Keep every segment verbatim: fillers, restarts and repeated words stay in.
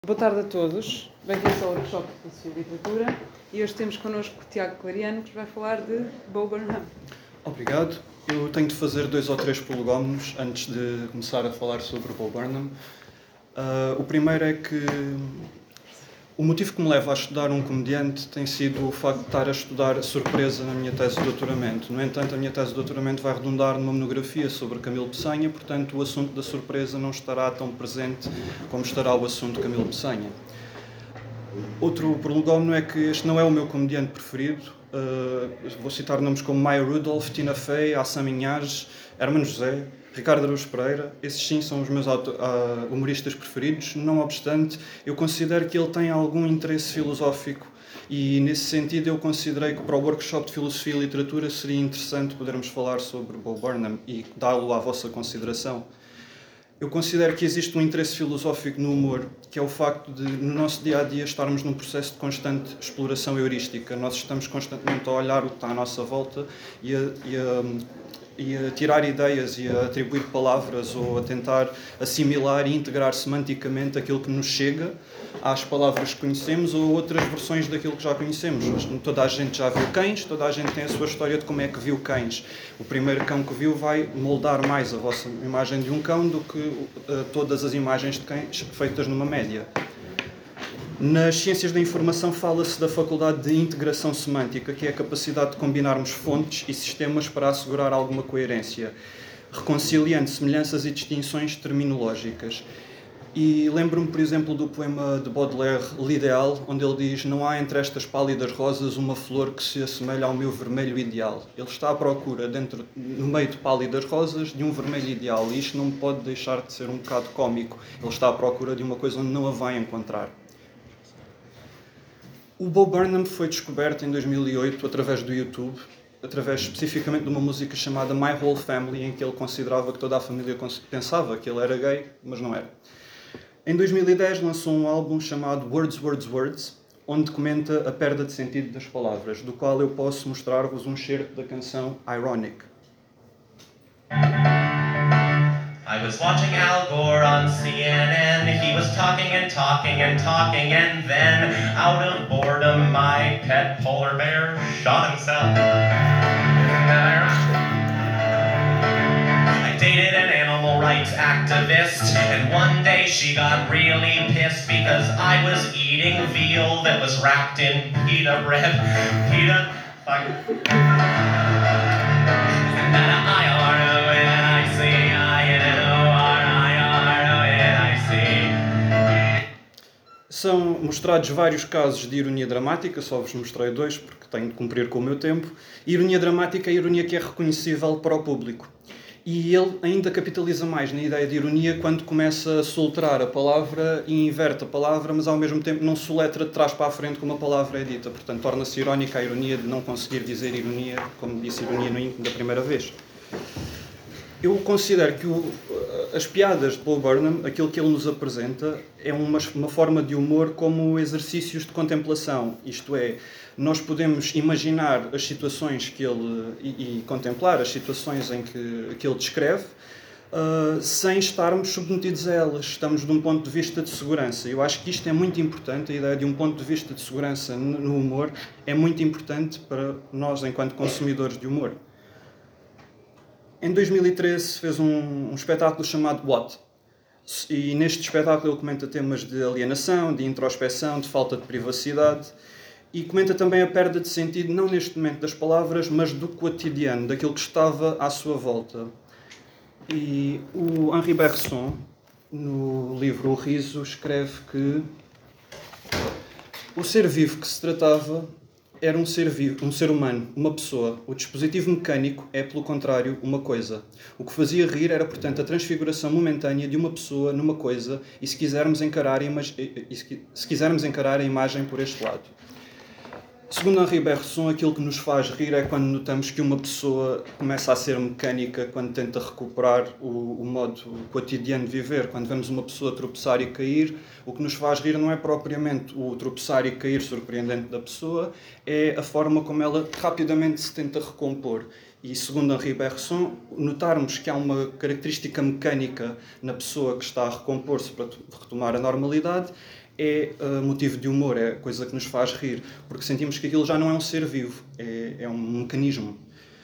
Boa tarde a todos, bem-vindos ao workshop de Filosofia e Literatura e hoje temos connosco o Tiago Clariano, que nos vai falar de Bo Burnham. Obrigado. Eu tenho de fazer dois ou três prolegómenos antes de começar a falar sobre Bo Burnham. Uh, o primeiro é que o motivo que me leva a estudar um comediante tem sido o facto de estar a estudar surpresa na minha tese de doutoramento. No entanto, a minha tese de doutoramento vai redundar numa monografia sobre Camilo Peçanha, portanto o assunto da surpresa não estará tão presente como estará o assunto de Camilo Peçanha. Outro prolegómeno é que este não é o meu comediante preferido. Uh, vou citar nomes como Maya Rudolph, Tina Fey, Assam Inhares, Hermano José, Ricardo Araújo Pereira. Esses sim são os meus auto, uh, humoristas preferidos. Não obstante, eu considero que ele tem algum interesse filosófico e, nesse sentido, eu considerei que para o workshop de Filosofia e Literatura seria interessante podermos falar sobre Bo Burnham e dá-lo à vossa consideração. Eu considero que existe um interesse filosófico no humor, que é o facto de, no nosso dia-a-dia, estarmos num processo de constante exploração heurística. Nós estamos constantemente a olhar o que está à nossa volta e a, e a, e a tirar ideias e a atribuir palavras ou a tentar assimilar e integrar semanticamente aquilo que nos chega às palavras que conhecemos ou outras versões daquilo que já conhecemos. Toda a gente já viu cães, toda a gente tem a sua história de como é que viu cães. O primeiro cão que viu vai moldar mais a vossa imagem de um cão do que uh, todas as imagens de cães feitas numa média. Nas ciências da informação fala-se da faculdade de integração semântica, que é a capacidade de combinarmos fontes e sistemas para assegurar alguma coerência, reconciliando semelhanças e distinções terminológicas. E lembro-me, por exemplo, do poema de Baudelaire, L'Idéal, onde ele diz: não há entre estas pálidas rosas uma flor que se assemelhe ao meu vermelho ideal. Ele está à procura, dentro, no meio de pálidas rosas, de um vermelho ideal. E isto não pode deixar de ser um bocado cómico. Ele está à procura de uma coisa onde não a vai encontrar. O Bo Burnham foi descoberto em dois mil e oito através do YouTube, através especificamente de uma música chamada My Whole Family, em que ele considerava que toda a família pensava que ele era gay, mas não era. Em dois mil e dez lançou um álbum chamado Words, Words, Words, onde comenta a perda de sentido das palavras, do qual eu posso mostrar-vos um excerto da canção Ironic. I was watching Al Gore on C N N. He was talking and talking and talking, and then, out of boredom, my pet polar bear shot himself. I dated an animal rights activist, and one day she got really pissed because I was eating veal that was wrapped in pita bread. Pita... Fuck. São mostrados vários casos de ironia dramática, só vos mostrei dois porque tenho de cumprir com o meu tempo. Ironia dramática é a ironia que é reconhecível para o público. E ele ainda capitaliza mais na ideia de ironia quando começa a soletrar a palavra e inverte a palavra, mas ao mesmo tempo não soletra de trás para a frente como a palavra é dita. Portanto, torna-se irónica a ironia de não conseguir dizer ironia, como disse ironia no da primeira vez. Eu considero que o, as piadas de Bo Burnham, aquilo que ele nos apresenta, é uma, uma forma de humor como exercícios de contemplação. Isto é, nós podemos imaginar as situações que ele... e, e contemplar as situações em que, que ele descreve, uh, sem estarmos submetidos a elas. Estamos de um ponto de vista de segurança. Eu acho que isto é muito importante, a ideia de um ponto de vista de segurança no humor é muito importante para nós enquanto consumidores de humor. Em dois mil e treze fez um, um espetáculo chamado What? E neste espetáculo ele comenta temas de alienação, de introspeção, de falta de privacidade e comenta também a perda de sentido, não neste momento das palavras, mas do cotidiano, daquilo que estava à sua volta. E o Henri Bergson, no livro O Riso, escreve que o ser vivo que se tratava era um ser vivo, um ser humano, uma pessoa. O dispositivo mecânico é, pelo contrário, uma coisa. O que fazia rir era, portanto, a transfiguração momentânea de uma pessoa numa coisa e se quisermos encarar a, imag... se quisermos encarar a imagem por este lado. Segundo Henri Bergson, aquilo que nos faz rir é quando notamos que uma pessoa começa a ser mecânica, quando tenta recuperar o, o modo cotidiano de viver. Quando vemos uma pessoa tropeçar e cair, o que nos faz rir não é propriamente o tropeçar e cair surpreendente da pessoa, é a forma como ela rapidamente se tenta recompor. E, segundo Henri Bergson, notarmos que há uma característica mecânica na pessoa que está a recompor-se para retomar a normalidade é uh, motivo de humor, é coisa que nos faz rir, porque sentimos que aquilo já não é um ser vivo, é, é um mecanismo.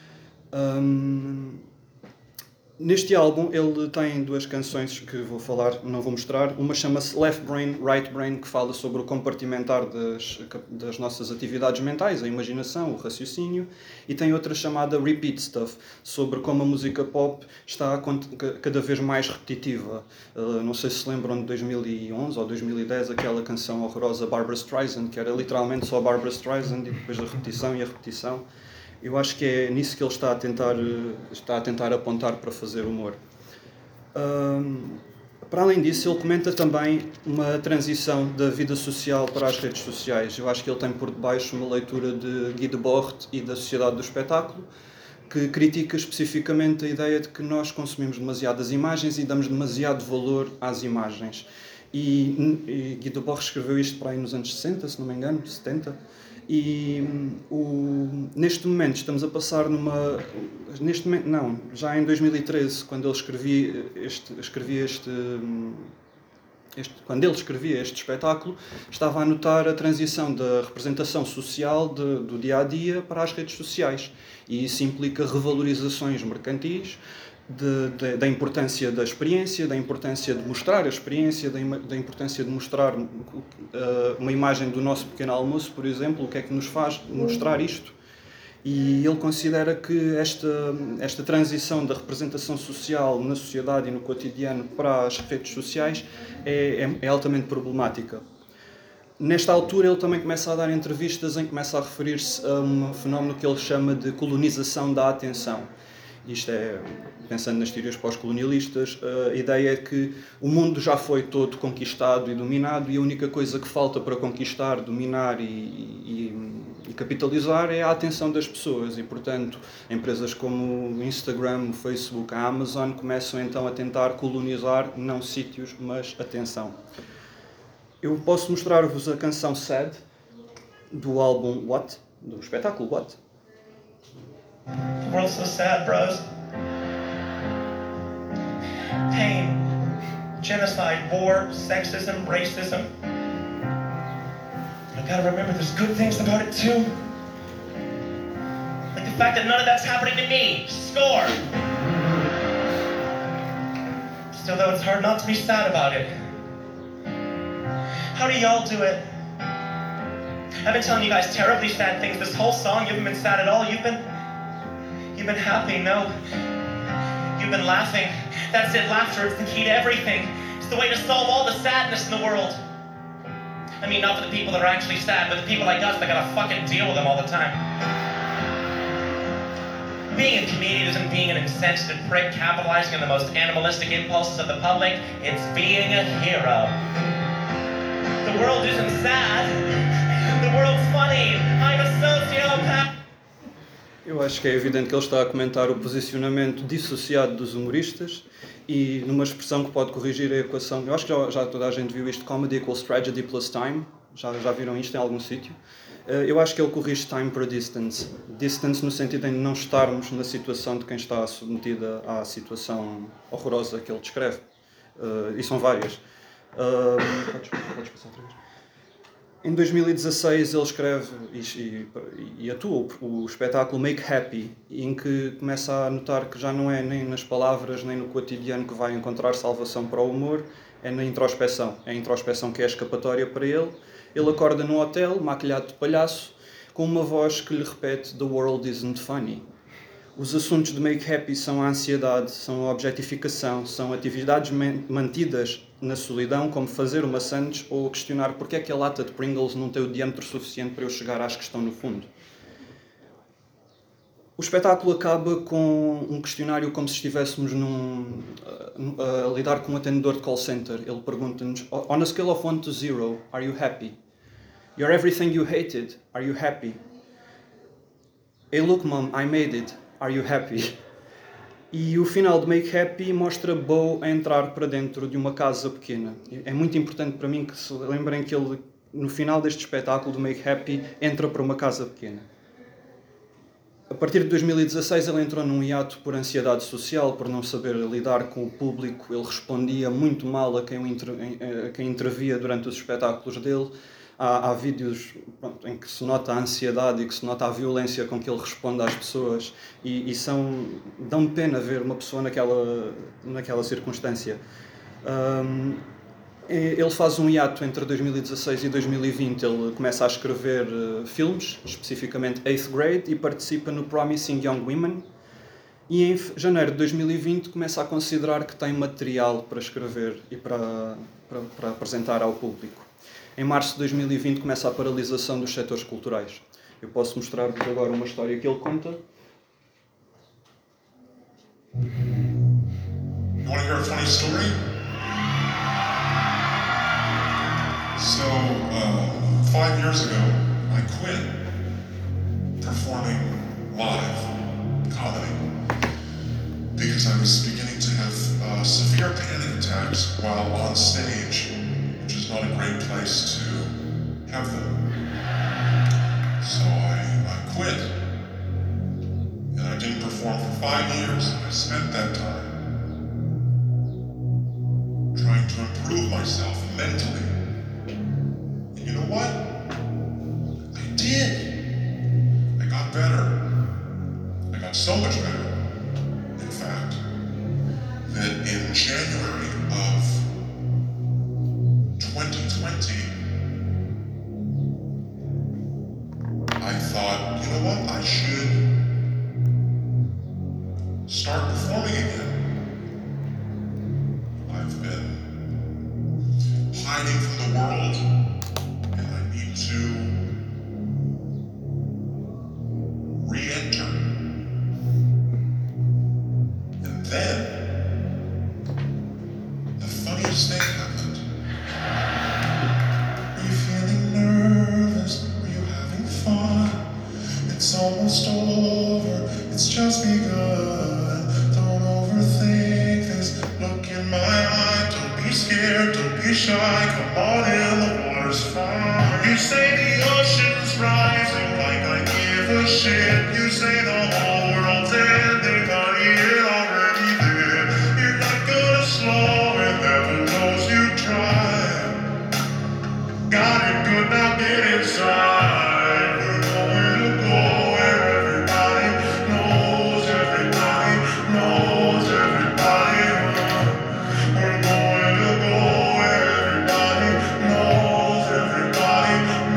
Um, neste álbum ele tem duas canções que vou falar, não vou mostrar. Uma chama-se Left Brain, Right Brain, que fala sobre o compartimentar das, das nossas atividades mentais, a imaginação, o raciocínio, e tem outra chamada Repeat Stuff, sobre como a música pop está cada vez mais repetitiva. Uh, não sei se se lembram de dois mil e onze ou dois mil e dez, aquela canção horrorosa Barbra Streisand, que era literalmente só Barbra Streisand e depois a repetição e a repetição. Eu acho que é nisso que ele está a tentar, está a tentar apontar para fazer humor. Um, para além disso, ele comenta também uma transição da vida social para as redes sociais. Eu acho que ele tem por debaixo uma leitura de Guy Debord e da Sociedade do Espetáculo, que critica especificamente a ideia de que nós consumimos demasiadas imagens e damos demasiado valor às imagens. E, e Guy Debord escreveu isto para aí nos anos sessenta, se não me engano, setenta. E o, neste momento estamos a passar numa... Neste momento, não, já em dois mil e treze, quando ele escrevia este, escrevia este, este, quando ele escrevia este espetáculo, estava a notar a transição da representação social de, do dia-a-dia para as redes sociais. E isso implica revalorizações mercantis, De, de, da importância da experiência, da importância de mostrar a experiência, da, da importância de mostrar uh, uma imagem do nosso pequeno almoço, por exemplo, o que é que nos faz mostrar isto. E ele considera que esta, esta transição da representação social na sociedade e no cotidiano para as redes sociais é, é, é altamente problemática. Nesta altura ele também começa a dar entrevistas em que começa a referir-se a um fenómeno que ele chama de colonização da atenção. Isto é, pensando nas teorias pós-colonialistas, a ideia é que o mundo já foi todo conquistado e dominado e a única coisa que falta para conquistar, dominar e, e, e capitalizar é a atenção das pessoas. E, portanto, empresas como o Instagram, o Facebook, a Amazon começam então a tentar colonizar não sítios, mas atenção. Eu posso mostrar-vos a canção Sad, do álbum What? Do espetáculo What? The world's so sad, bros. Pain, genocide, war, sexism, racism. But I gotta remember there's good things about it too. Like the fact that none of that's happening to me. Score! Still though, it's hard not to be sad about it. How do y'all do it? I've been telling you guys terribly sad things this whole song. You haven't been sad at all. You've been... You've been happy, no. You've been laughing. That's it, laughter, it's the key to everything. It's the way to solve all the sadness in the world. I mean, not for the people that are actually sad, but the people like us that gotta fucking deal with them all the time. Being a comedian isn't being an insensitive prick capitalizing on the most animalistic impulses of the public. It's being a hero. The world isn't sad. The world's funny. I'm a sociopath. Eu acho que é evidente que ele está a comentar o posicionamento dissociado dos humoristas e numa expressão que pode corrigir a equação. Eu acho que já, já toda a gente viu isto, comedy equals tragedy plus time. Já, já viram isto em algum sítio? Eu acho que ele corrige time para distance. Distance no sentido de não estarmos na situação de quem está submetida à situação horrorosa que ele descreve. E são várias. Uh, podes, podes passar outra vez? Em dois mil e dezasseis ele escreve e, e, e atua o, o espetáculo Make Happy, em que começa a notar que já não é nem nas palavras nem no cotidiano que vai encontrar salvação para o humor, é na introspeção. É a introspeção que é a escapatória para ele. Ele acorda num hotel, maquilhado de palhaço, com uma voz que lhe repete "The world isn't funny". Os assuntos de Make Happy são a ansiedade, são a objetificação, são atividades mantidas na solidão, como fazer uma sandes ou questionar porque é que a lata de Pringles não tem o diâmetro suficiente para eu chegar às que estão no fundo. O espetáculo acaba com um questionário como se estivéssemos num, a, a lidar com um atendedor de call center. Ele pergunta-nos: "On a scale of one to zero, are you happy? You're everything you hated, are you happy? Hey look mom, I made it. Are you happy?" E o final de Make Happy mostra Bo a entrar para dentro de uma casa pequena. É muito importante para mim que se lembrem que ele, no final deste espetáculo do Make Happy, entra para uma casa pequena. A partir de dois mil e dezasseis ele entrou num hiato por ansiedade social, por não saber lidar com o público. Ele respondia muito mal a quem, o inter... a quem intervia durante os espetáculos dele. Há, há vídeos pronto, em que se nota a ansiedade e que se nota a violência com que ele responde às pessoas e, e são, dão pena ver uma pessoa naquela, naquela circunstância. Um, ele faz um hiato entre dois mil e dezasseis e dois mil e vinte, ele começa a escrever uh, filmes, especificamente eighth grade, e participa no Promising Young Women. E em janeiro de dois mil e vinte começa a considerar que tem material para escrever e para, para, para apresentar ao público. Em março de dois mil e vinte começa a paralisação dos setores culturais. Eu posso mostrar-vos agora uma história que ele conta. You want to hear a funny story? So, uh, five years ago, I quit performing live comedy because I was beginning to have uh, severe panic attacks while on stage, which is not a great place to have them. So I, I quit, and I didn't perform for five years. I spent that time trying to improve myself mentally. And you know what? I did. I got better. I got so much better, in fact, that in January of twenty twenty, I thought, you know what? I should start performing again. I've been hiding from the world, and I need to re-enter. And then, the funniest thing happened. Were you feeling nervous? Were you having fun? It's almost over, it's just begun. Don't overthink this, look in my eye. Don't be scared, don't be shy, come on in, the water's fine. You say the ocean's rising like I give a shit. You say the whole world's ending, I it already did. You're not gonna slow it, heaven knows you tried. Got it good, now get inside. We're going to go where everybody knows, everybody knows, everybody. We're going to go where everybody knows, everybody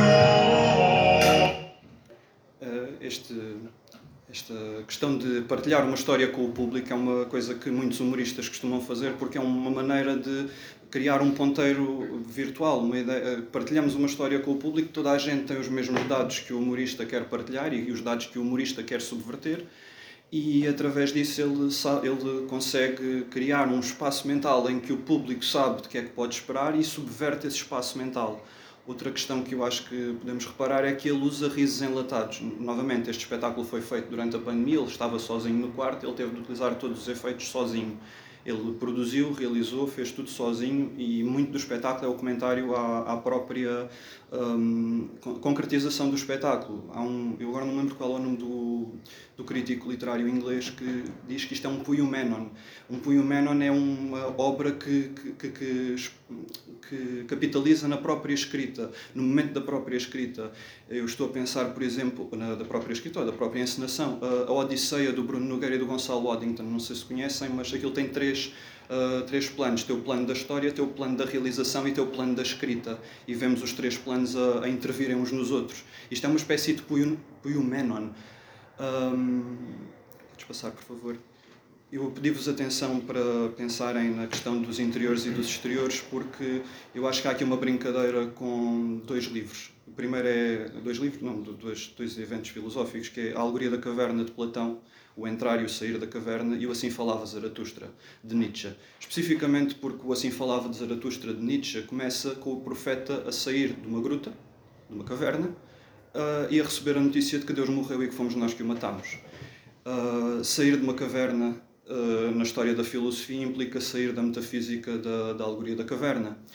knows. Uh, este, esta questão de partilhar uma história com o público é uma coisa que muitos humoristas costumam fazer porque é uma maneira de criar um ponteiro virtual. Uma ideia, partilhamos uma história com o público, toda a gente tem os mesmos dados que o humorista quer partilhar e os dados que o humorista quer subverter, e através disso ele, ele consegue criar um espaço mental em que o público sabe de que é que pode esperar e subverte esse espaço mental. Outra questão que eu acho que podemos reparar é que ele usa risos enlatados. Novamente, este espetáculo foi feito durante a pandemia, ele estava sozinho no quarto, ele teve de utilizar todos os efeitos sozinho. Ele produziu, realizou, fez tudo sozinho, e muito do espetáculo é o comentário à, à própria um, concretização do espetáculo. Há um, eu agora não lembro qual é o nome do, do crítico literário inglês que diz que isto é um poiumenon. Um poiumenon é uma obra que, que, que, que, que capitaliza na própria escrita, no momento da própria escrita. Eu estou a pensar, por exemplo, na da própria escrita ou da própria encenação, a, a Odisseia do Bruno Nogueira e do Gonçalo Waddington, não sei se conhecem, mas aquilo tem três, uh, três planos. Tem o plano da história, tem o plano da realização e tem o plano da escrita. E vemos os três planos a, a intervirem uns nos outros. Isto é uma espécie de poiumenon. Um, podes passar, por favor? Eu pedi-vos atenção para pensarem na questão dos interiores e dos exteriores, porque eu acho que há aqui uma brincadeira com dois livros. O primeiro é dois livros, não, dois, dois eventos filosóficos, que é a Alegoria da Caverna de Platão, o entrar e o sair da caverna, e o Assim Falava Zaratustra, de Nietzsche. Especificamente porque o Assim Falava de Zaratustra, de Nietzsche, começa com o profeta a sair de uma gruta, de uma caverna, uh, e a receber a notícia de que Deus morreu e que fomos nós que o matámos. Uh, sair de uma caverna, uh, na história da filosofia, implica sair da metafísica da, da Alegoria da Caverna.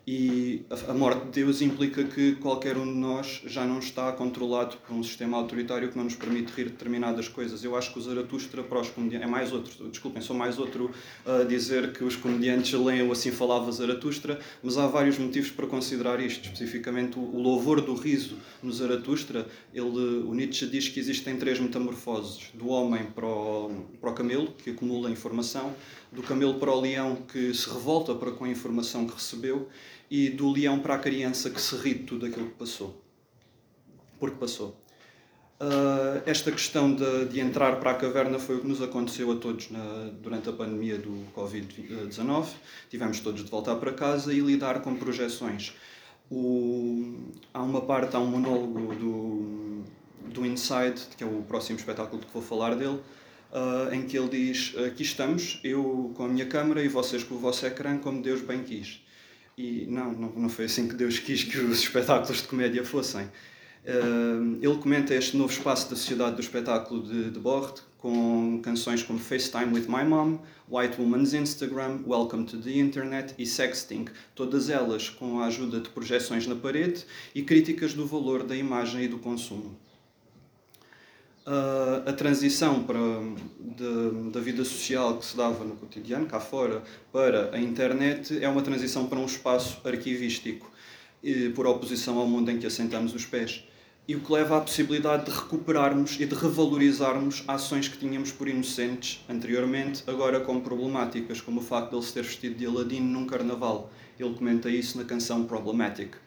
E a morte de Deus implica que qualquer um de nós já não está controlado por um sistema autoritário que não nos permite rir determinadas coisas. Eu acho que o Zaratustra para os comediantes... É mais outro, desculpem, sou mais outro a dizer que os comediantes leiam Assim Falava Zaratustra, mas há vários motivos para considerar isto. Especificamente o louvor do riso no Zaratustra. Ele, o Nietzsche diz que existem três metamorfoses. Do homem para o, para o camelo, que acumula informação. Do camelo para o leão, que se revolta para com a informação que recebeu. E do leão para a criança, que se ri de tudo aquilo que passou. Porque passou. Uh, esta questão de, de entrar para a caverna foi o que nos aconteceu a todos na, durante a pandemia do covid dezanove. Tivemos todos de voltar para casa e lidar com projeções. O, há uma parte, há um monólogo do, do Inside, que é o próximo espetáculo de que vou falar dele, uh, em que ele diz: aqui estamos, eu com a minha câmara e vocês com o vosso ecrã, como Deus bem quis. E não, não, não foi assim que Deus quis que os espetáculos de comédia fossem. Uh, ele comenta este novo espaço da sociedade do espetáculo de, de Bort, com canções como FaceTime with My Mom, White Woman's Instagram, Welcome to the Internet e Sexting, todas elas com a ajuda de projeções na parede e críticas do valor da imagem e do consumo. Uh, a transição para, de, da vida social que se dava no cotidiano, cá fora, para a internet, é uma transição para um espaço arquivístico, e, por oposição ao mundo em que assentamos os pés. E o que leva à possibilidade de recuperarmos e de revalorizarmos ações que tínhamos por inocentes anteriormente, agora como problemáticas, como o facto de ele se ter vestido de Aladino num carnaval. Ele comenta isso na canção Problematic.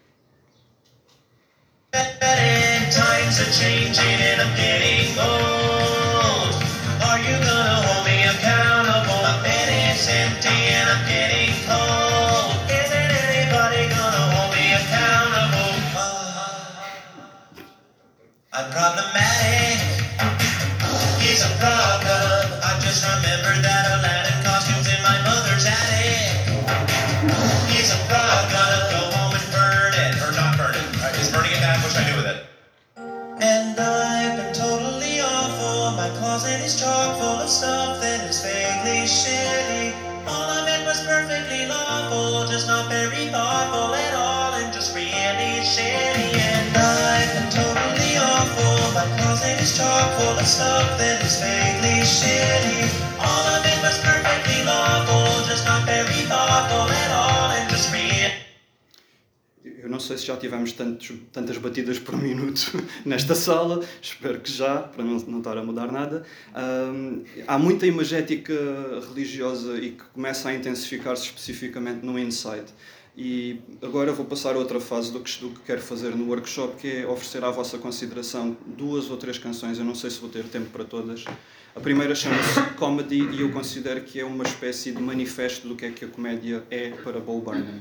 Times are changing and I'm getting old. Are you gonna hold me accountable? My bed is empty and I'm getting cold. Isn't anybody gonna hold me accountable? Uh, I'm problematic. He's a problem. I just remembered that Aladdin costume's in my mother's attic. He's a problem. Gonna go home and burn it. Or not burn it. Is burning it bad? What should I do with it? And I've been totally awful. My closet is chock full of stuff that is vaguely shitty. All of it was perfectly lawful, just not very thoughtful at all, and just really shitty. And I've been totally awful. My closet is chock full of stuff that is vaguely shitty. All of it was perfectly lawful, just not very thoughtful at all, and just really. Eu não sei se já tivemos tantos, tantas batidas por minuto nesta sala, espero que já, para não, não estar a mudar nada. Um, há muita imagética religiosa e que começa a intensificar-se especificamente no Inside. E agora vou passar a outra fase do que, do que quero fazer no workshop, que é oferecer à vossa consideração duas ou três canções. Eu não sei se vou ter tempo para todas. A primeira chama-se Comedy e eu considero que é uma espécie de manifesto do que é que a comédia é para Bo Burnham.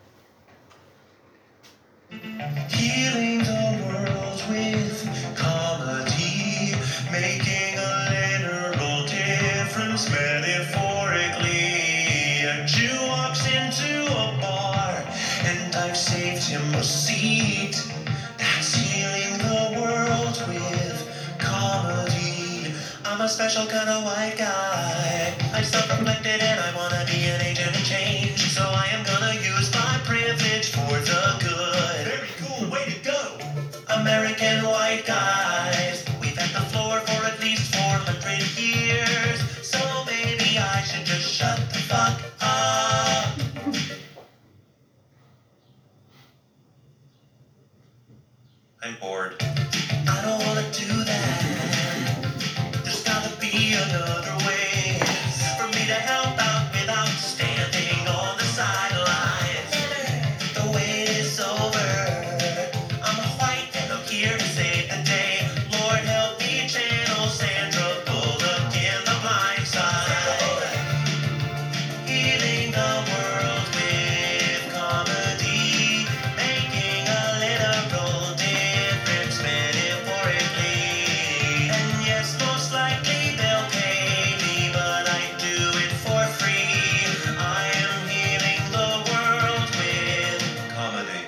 Healing the world with comedy, making a literal difference metaphorically. A Jew walks into a bar and I've saved him a seat. That's healing the world with comedy. I'm a special kind of white guy. I'm self-reflected and I want to be an agent of change. So I am gonna use my privilege for the good. Way to go! American white guys, we've had the floor for at least four hundred years, so maybe I should just shut the fuck up. I'm bored. I don't wanna do that. There's gotta be another way for me to help out without standing on the sidelines. The wait is over. Here to save the day. Lord help me channel Sandra Bullock in The Blind Side. Healing the world with comedy, making a literal difference metaphorically. And yes, most likely they'll pay me, but I do it for free. I am healing the world with comedy.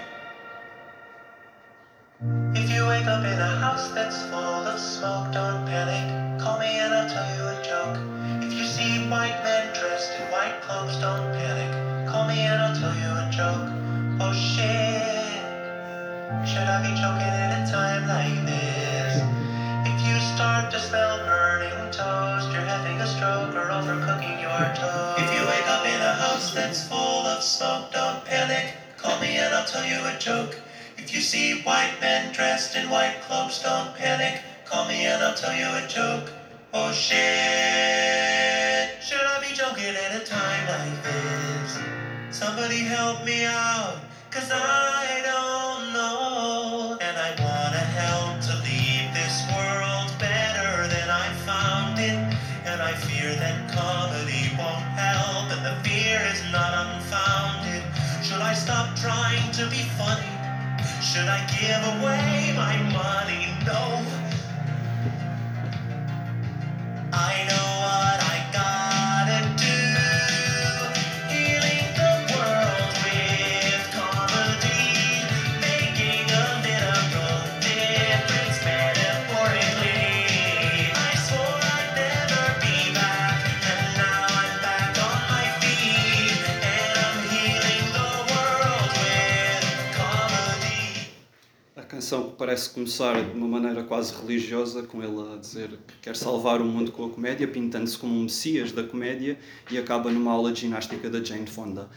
If you wake up in a house that's full of smoke, don't panic. Call me and I'll tell you a joke. If you see white men dressed in white clothes, don't panic. Call me and I'll tell you a joke. shit. Should I be joking at a time like this? If you start to smell burning toast, you're having a stroke or overcooking your toast. If you wake up in a house that's full of smoke, don't panic. Call me and I'll tell you a joke. If you see white men dressed in white cloaks, don't panic. Call me and I'll tell you a joke. Oh shit. Should I be joking at a time like this? Somebody help me out, cause I don't know. And I wanna help to leave this world better than I found it. And I fear that comedy won't help, and the fear is not unfounded. Should I stop trying to be funny? Should I give away my money? No. I know what I gotta do. Healing the world with comedy. Making a literal difference metaphorically. I swore I'd never be back, and now I'm back on my feet. And I'm healing the world with comedy. A canção parece começar de uma maneira quase religiosa, com ele a dizer que quer salvar o mundo com a comédia, pintando-se como um messias da comédia, e acaba numa aula de ginástica da Jane Fonda.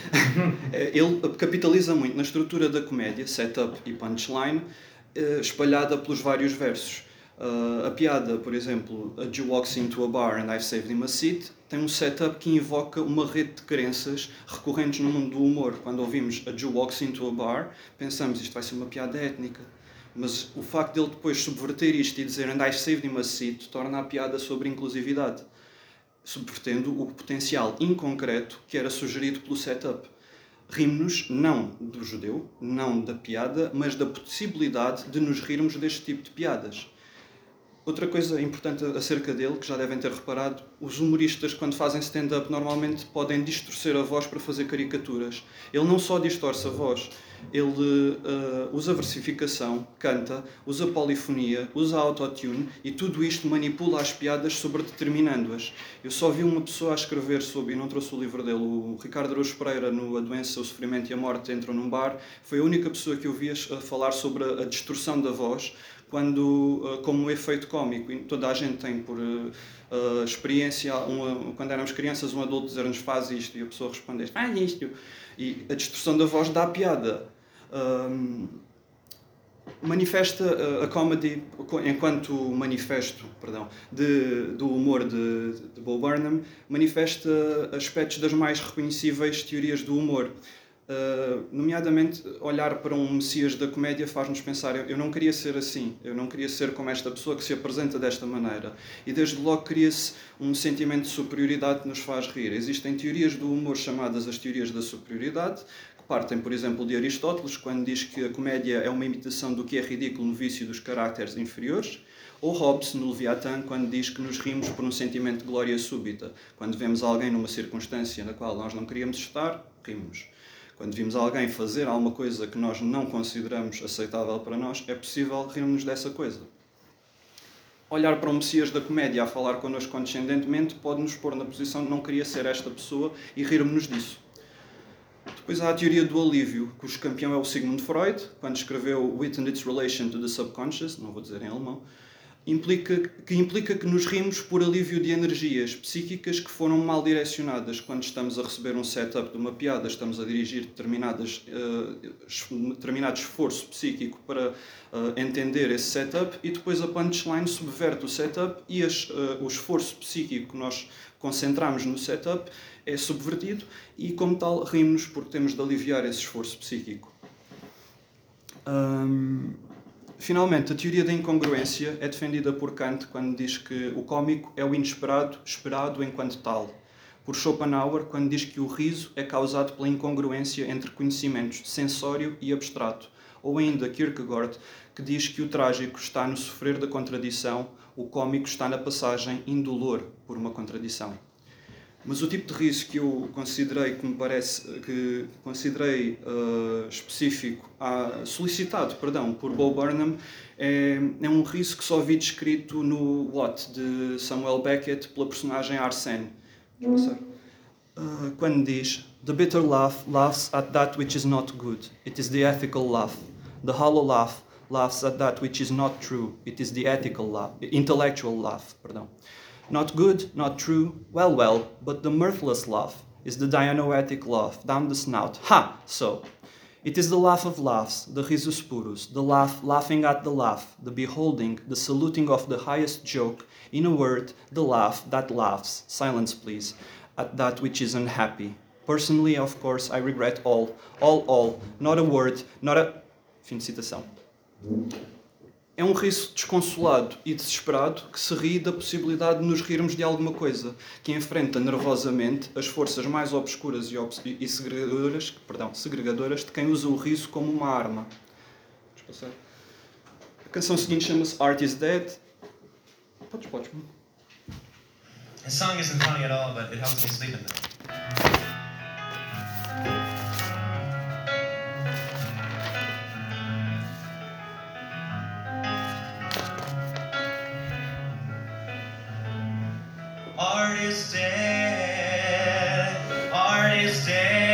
Ele capitaliza muito na estrutura da comédia, setup e punchline, espalhada pelos vários versos. Uh, a piada, por exemplo, a Jew walks into a bar and I've saved him a seat, tem um setup que invoca uma rede de crenças recorrentes no mundo do humor. Quando ouvimos a Jew walks into a bar, pensamos isto vai ser uma piada étnica. Mas o facto de ele depois subverter isto e dizer and I've saved him a seat torna a piada sobre inclusividade, subvertendo o potencial inconcreto que era sugerido pelo setup. Rimos-nos não do judeu, não da piada, mas da possibilidade de nos rirmos deste tipo de piadas. Outra coisa importante acerca dele, que já devem ter reparado, os humoristas, quando fazem stand-up, normalmente podem distorcer a voz para fazer caricaturas. Ele não só distorce a voz, ele uh, usa versificação, canta, usa polifonia, usa autotune, e tudo isto manipula as piadas sobredeterminando-as. Eu só vi uma pessoa a escrever sobre, e não trouxe o livro dele, o Ricardo Araújo Pereira, no A Doença, o Sofrimento e a Morte Entram num Bar. Foi a única pessoa que eu vi a falar sobre a distorção da voz, quando, como um efeito cómico. E toda a gente tem por uh, uh, experiência, uma, quando éramos crianças, um adulto dizer-nos faz isto, e a pessoa responde faz isto. E a distorção da voz dá piada. Um, manifesta uh, a comedy, enquanto manifesto perdão, de, do humor de, de Bo Burnham, manifesta aspectos das mais reconhecíveis teorias do humor. Uh, nomeadamente, olhar para um messias da comédia faz-nos pensar, eu, eu não queria ser assim, eu não queria ser como esta pessoa que se apresenta desta maneira. E desde logo cria-se um sentimento de superioridade que nos faz rir. Existem teorias do humor chamadas as teorias da superioridade, que partem, por exemplo, de Aristóteles, quando diz que a comédia é uma imitação do que é ridículo no vício dos caracteres inferiores, ou Hobbes, no Leviatã, quando diz que nos rimos por um sentimento de glória súbita. Quando vemos alguém numa circunstância na qual nós não queríamos estar, rimos. Quando vimos alguém fazer alguma coisa que nós não consideramos aceitável para nós, é possível rirmos dessa coisa. Olhar para um messias da comédia a falar connosco condescendentemente pode-nos pôr na posição de não queria ser esta pessoa e rirmos-nos disso. Depois há a teoria do alívio, cujo campeão é o Sigmund Freud, quando escreveu Wit and its Relation to the Subconscious, não vou dizer em alemão, implica, que implica que nos rimos por alívio de energias psíquicas que foram mal direcionadas. Quando estamos a receber um setup de uma piada, estamos a dirigir determinadas, uh, determinado esforço psíquico para uh, entender esse setup, e depois a punchline subverte o setup e as, uh, o esforço psíquico que nós concentramos no setup é subvertido e, como tal, rimos porque temos de aliviar esse esforço psíquico. Um... Finalmente, a teoria da incongruência é defendida por Kant quando diz que o cómico é o inesperado, esperado enquanto tal. Por Schopenhauer, quando diz que o riso é causado pela incongruência entre conhecimentos sensório e abstrato. Ou ainda Kierkegaard, que diz que o trágico está no sofrer da contradição, o cómico está na passagem indolor por uma contradição. Mas o tipo de riso que eu considerei, que me parece, que considerei uh, específico, ah, solicitado, perdão, por Bo Burnham, é, é um riso que só vi descrito no What, de Samuel Beckett, pela personagem Arsène. Uh, quando diz, The bitter laugh laughs at that which is not good. It is the ethical laugh. The hollow laugh laughs at that which is not true. It is the ethical laugh, intellectual laugh. Pardon. Not good, not true, well, well, but the mirthless laugh is the dianoetic laugh, down the snout. Ha! So. It is the laugh of laughs, the risus purus, the laugh laughing at the laugh, the beholding, the saluting of the highest joke, in a word, the laugh that laughs, silence please, at that which is unhappy. Personally, of course, I regret all, all, all, not a word, not a... Fim de citação. É um riso desconsolado e desesperado que se ri da possibilidade de nos rirmos de alguma coisa, que enfrenta nervosamente as forças mais obscuras e, obs e segregadoras, perdão, segregadoras de quem usa o riso como uma arma. A canção seguinte chama-se Art is Dead. Podes, podes. His song isn't funny at all, but it helps me sleep at night. Art is dead, art is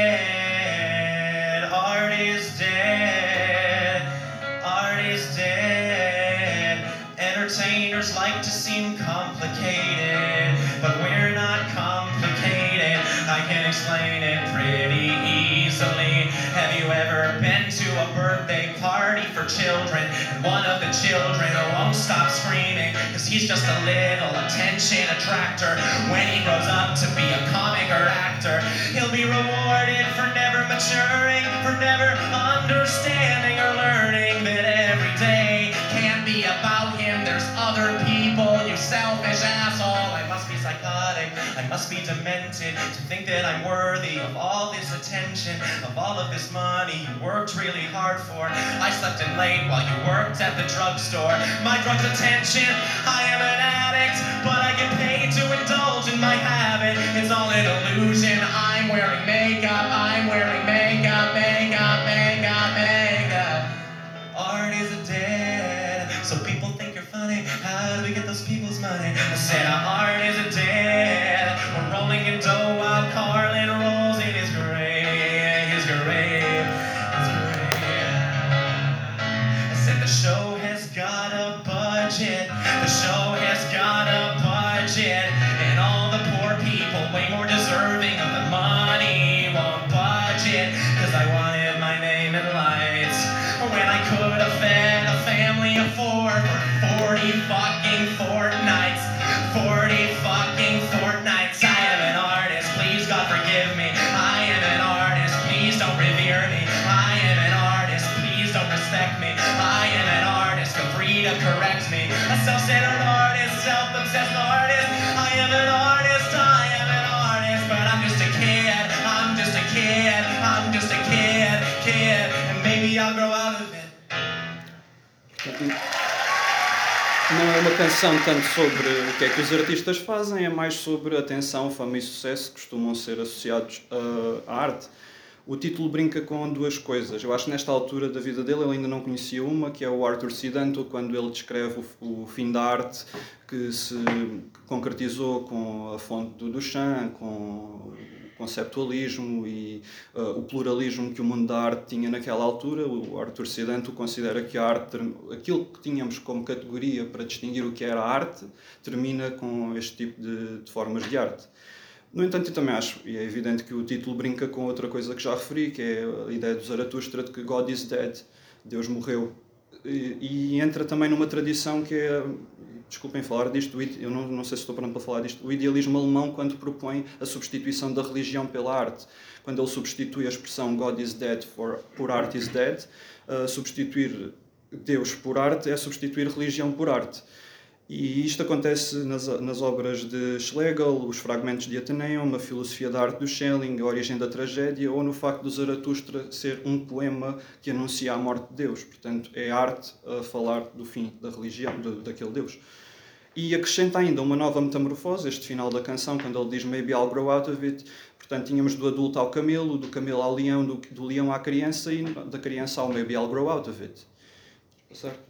dead, art is dead, art is dead. Entertainers like to seem complicated, but we're not complicated. I can explain it pretty easily. Have you ever been to a birthday party for children, and one of the children won't stop screaming because he's just a little attention attractor? When he grows up to be a comic or actor, he'll be rewarded for never maturing, for never understanding or learning that every day can't be about him. There's other people, you selfish asshole. I must be psychotic, I must be demented to think that I'm worthy of all this attention, of all of this money you worked really hard for. I slept in late while you worked at the drugstore. My drug's attention, I am an addict, but I get paid to indulge in my habit. It's all an illusion. I'm wearing makeup, I'm wearing makeup, makeup, makeup, makeup. Art is dead, so people think you're funny. How do we get those people's money? I said our art is dead. We're rolling in dough while Carlin rolls in his grave, his grave, his grave. I said the show has got a budget, the show has got a budget, and all the poor people way more deserving of the money won't budget, cause I wanted my name in lights when I could have fed a family of four for forty fucking fortnights, forty fucking fortnights. I am an artist, please God forgive me. I am an artist, please don't revere me. I am an artist, please don't respect me. I am an artist, feel free to correct me. A self-centered artist, self-obsessed artist. I am an artist, I am an artist, but I'm just a kid, I'm just a kid, I'm just a kid, kid, and maybe I'll grow out of it. Não é uma canção tanto sobre o que é que os artistas fazem, é mais sobre atenção, fama e sucesso que costumam ser associados à arte. O título brinca com duas coisas. Eu acho que nesta altura da vida dele ele ainda não conhecia uma, que é o Arthur C. Danto, quando ele descreve o, o fim da arte que se concretizou com a fonte do Duchamp, com o conceptualismo e uh, o pluralismo que o mundo da arte tinha naquela altura. O Arthur C. Danto considera que a arte, aquilo que tínhamos como categoria para distinguir o que era arte, termina com este tipo de, de formas de arte. No entanto, eu também acho, e é evidente que o título brinca com outra coisa que já referi, que é a ideia do Zaratustra de que God is dead, Deus morreu. E, e entra também numa tradição que é, desculpem falar disto, eu não, não sei se estou pronto para falar disto, o idealismo alemão quando propõe a substituição da religião pela arte. Quando ele substitui a expressão God is dead for, por art is dead, uh, substituir Deus por arte é substituir religião por arte. E isto acontece nas, nas obras de Schlegel, os fragmentos de Ateneum, a filosofia da arte do Schelling, a origem da tragédia, ou no facto do Zaratustra ser um poema que anuncia a morte de Deus. Portanto, é arte a falar do fim da religião, do, daquele Deus. E acrescenta ainda uma nova metamorfose, este final da canção, quando ele diz Maybe I'll grow out of it. Portanto, tínhamos do adulto ao camelo, do camelo ao leão, do, do leão à criança e da criança ao Maybe I'll grow out of it. Certo?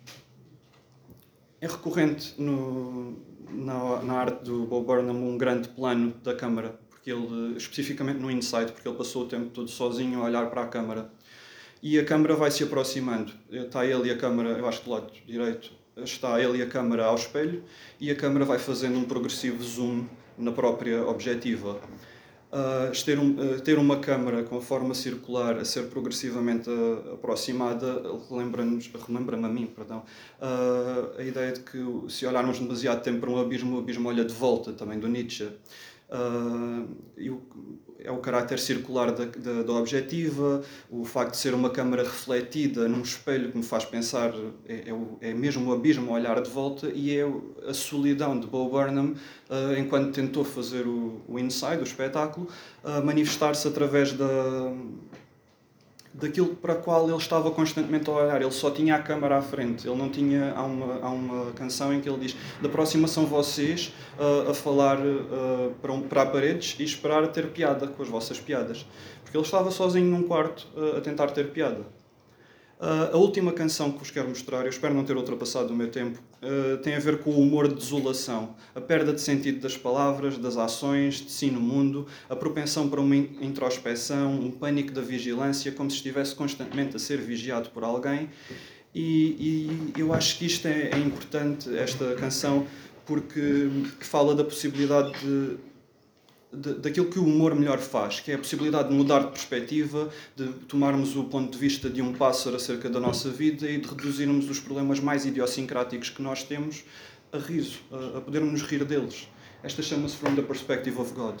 É recorrente no, na, na arte do Bo Burnham um grande plano da câmara, porque ele, especificamente no Inside, porque ele passou o tempo todo sozinho a olhar para a câmara. E a câmara vai se aproximando. Está ele e a câmara, eu acho que do lado direito, está ele e a câmara ao espelho, e a câmara vai fazendo um progressivo zoom na própria objetiva. Uh, ter, um, uh, ter uma câmara com a forma circular a ser progressivamente uh, aproximada relembra-nos, relembra-me a mim, perdão, uh, a ideia de que se olharmos demasiado tempo para um abismo, o abismo olha de volta, também do Nietzsche. Uh, e o, é o caráter circular da, da, da objetiva, o facto de ser uma câmara refletida num espelho que me faz pensar, é, é, o, é mesmo o abismo a olhar de volta, e é a solidão de Bo Burnham, uh, enquanto tentou fazer o, o Inside, o espetáculo, uh, manifestar-se através da, daquilo para o qual ele estava constantemente a olhar. Ele só tinha a câmara à frente, ele não tinha... Há uma, há uma canção em que ele diz: da próxima são vocês uh, a falar uh, para, um, para a paredes e esperar a ter piada com as vossas piadas. Porque ele estava sozinho num quarto uh, a tentar ter piada. Uh, a última canção que vos quero mostrar, eu espero não ter ultrapassado o meu tempo, uh, tem a ver com o humor de desolação, a perda de sentido das palavras, das ações, de si no mundo, a propensão para uma introspeção, um pânico da vigilância, como se estivesse constantemente a ser vigiado por alguém. E, e eu acho que isto é, é importante, esta canção, porque fala da possibilidade de De, daquilo que o humor melhor faz, que é a possibilidade de mudar de perspectiva, de tomarmos o ponto de vista de um pássaro acerca da nossa vida e de reduzirmos os problemas mais idiosincráticos que nós temos a riso, a, a podermos nos rir deles. Esta chama-se From the Perspective of God.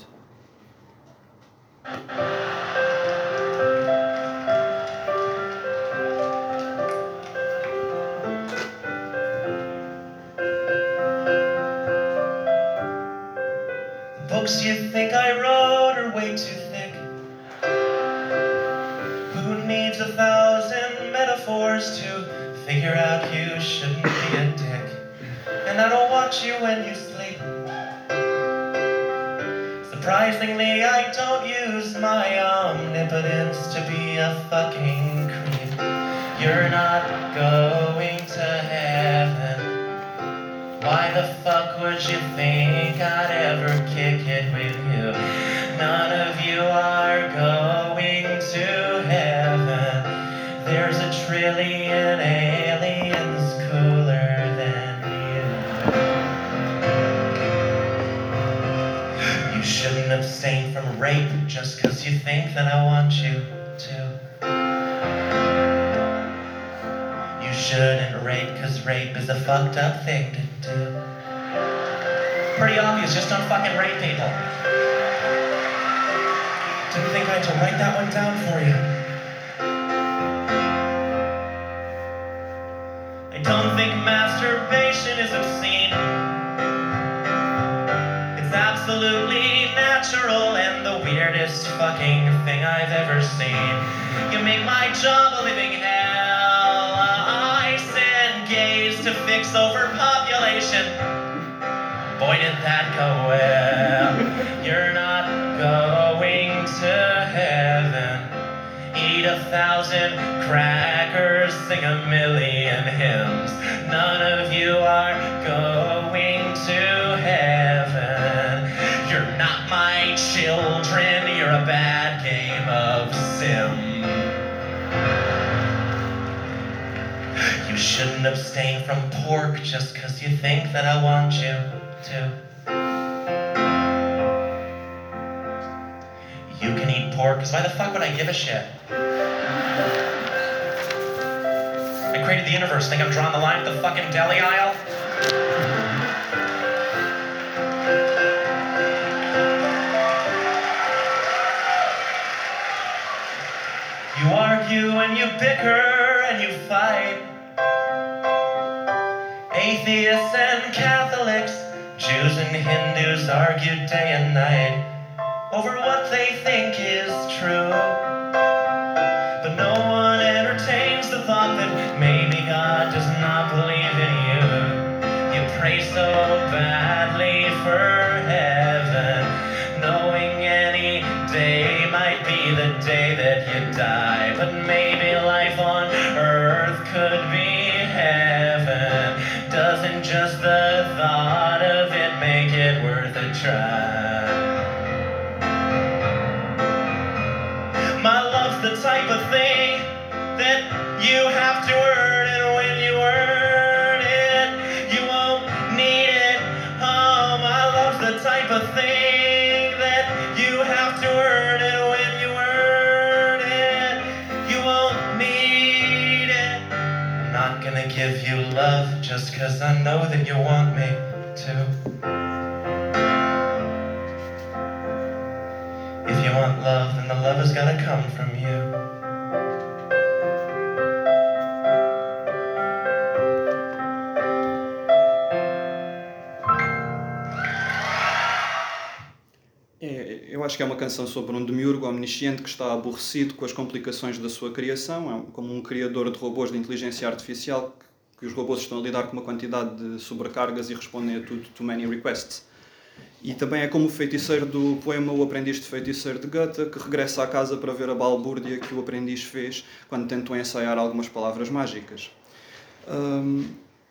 Books you think I wrote are way too thick. Who needs a thousand metaphors to figure out you shouldn't be a dick? And I don't watch you when you sleep. Surprisingly, I don't use my omnipotence to be a fucking creep. You're not going to heaven. Why the fuck would you think I'd ever kick it with you? None of you are going to heaven. There's a trillion aliens cooler than you. You shouldn't abstain from rape just cause you think that I want you to. You shouldn't rape cause rape is a fucked up thing to do. Pretty obvious, just don't fucking rape people. Didn't think I had to write that one down for you. I don't think masturbation is obscene. It's absolutely natural and the weirdest fucking thing I've ever seen. You make my job a living hell. I send gays to fix overpopulation. Boy, did that go well. You're not going to heaven. Eat a thousand crackers, sing a million hymns. None of you are going to heaven. You're not my children. You're a bad game of sim. You shouldn't abstain from pork just cause you think that I want you to. You can eat pork, cause why the fuck would I give a shit? I created the universe, think I'm drawing the line at the fucking deli aisle? You argue and you bicker and you fight. Atheists and Catholics, Jews and Hindus argue day and night over what they think is true. But no one entertains the thought that maybe God does not believe in you. You pray so badly for heaven, knowing any day might be the day that you die. But maybe life on earth could be heaven. Doesn't just the thought of it make it worth a try? not gonna give you love just cause I know that you want me to. If you want love, then the love has gotta come from you. É, eu acho que é uma canção sobre um demiurgo omnisciente que está aborrecido com as complicações da sua criação, é como um criador de robôs de inteligência artificial, que, que os robôs estão a lidar com uma quantidade de sobrecargas e respondem a tudo, too many requests. E também é como o feiticeiro do poema O Aprendiz de Feiticeiro de Goethe, que regressa à casa para ver a balbúrdia que o aprendiz fez quando tentou ensaiar algumas palavras mágicas. Um,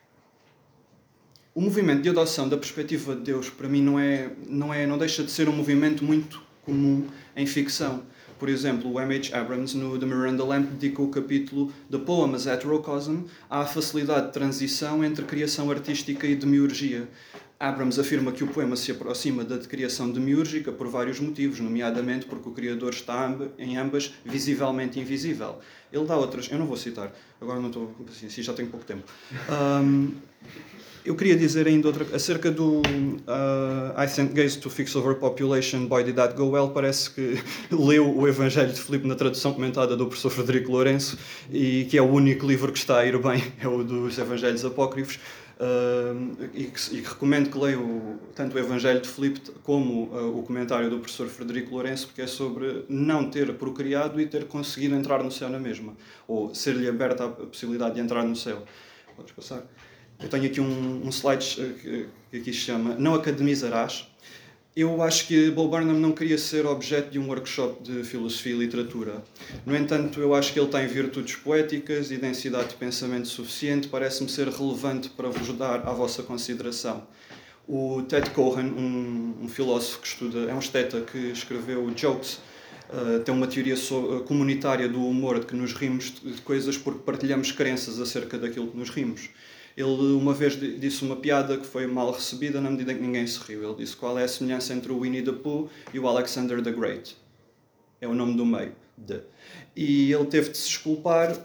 O movimento de adoção da perspectiva de Deus, para mim, não, é, não, é, não deixa de ser um movimento muito comum em ficção. Por exemplo, o M H Abrams, no The Miranda Lamp, dedicou o capítulo The Poem as Heterocosm à facilidade de transição entre criação artística e demiurgia. Abrams afirma que o poema se aproxima da criação demiúrgica por vários motivos, nomeadamente porque o criador está em ambas visivelmente invisível. Ele dá outras, eu não vou citar, agora não estou com paciência, já tenho pouco tempo. Um, eu queria dizer ainda outra acerca do uh, I Sent Gays to Fix Overpopulation, Boy Did That Go Well. Parece que leu o Evangelho de Filipe na tradução comentada do professor Frederico Lourenço, e que é o único livro que está a ir bem, é o dos Evangelhos Apócrifos. Uh, e, que, e que recomendo que leiam tanto o Evangelho de Filipe como uh, o comentário do professor Frederico Lourenço, porque é sobre não ter procriado e ter conseguido entrar no céu na mesma, ou ser-lhe aberta a possibilidade de entrar no céu. Podes passar? Eu tenho aqui um, um slide que, que aqui se chama Não Academizarás. Eu acho que Bo Burnham não queria ser objeto de um workshop de filosofia e literatura. No entanto, eu acho que ele tem virtudes poéticas e densidade de pensamento suficiente, parece-me ser relevante para vos dar à vossa consideração. O Ted Cohen, um, um filósofo que estuda, é um esteta que escreveu Jokes, uh, tem uma teoria so, uh, comunitária do humor, de que nos rimos de coisas porque partilhamos crenças acerca daquilo que nos rimos. Ele uma vez disse uma piada que foi mal recebida na medida em que ninguém se riu. Ele disse: qual é a semelhança entre o Winnie the Pooh e o Alexander the Great? É o nome do meio. De. E ele teve de se desculpar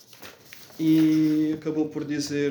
e acabou por dizer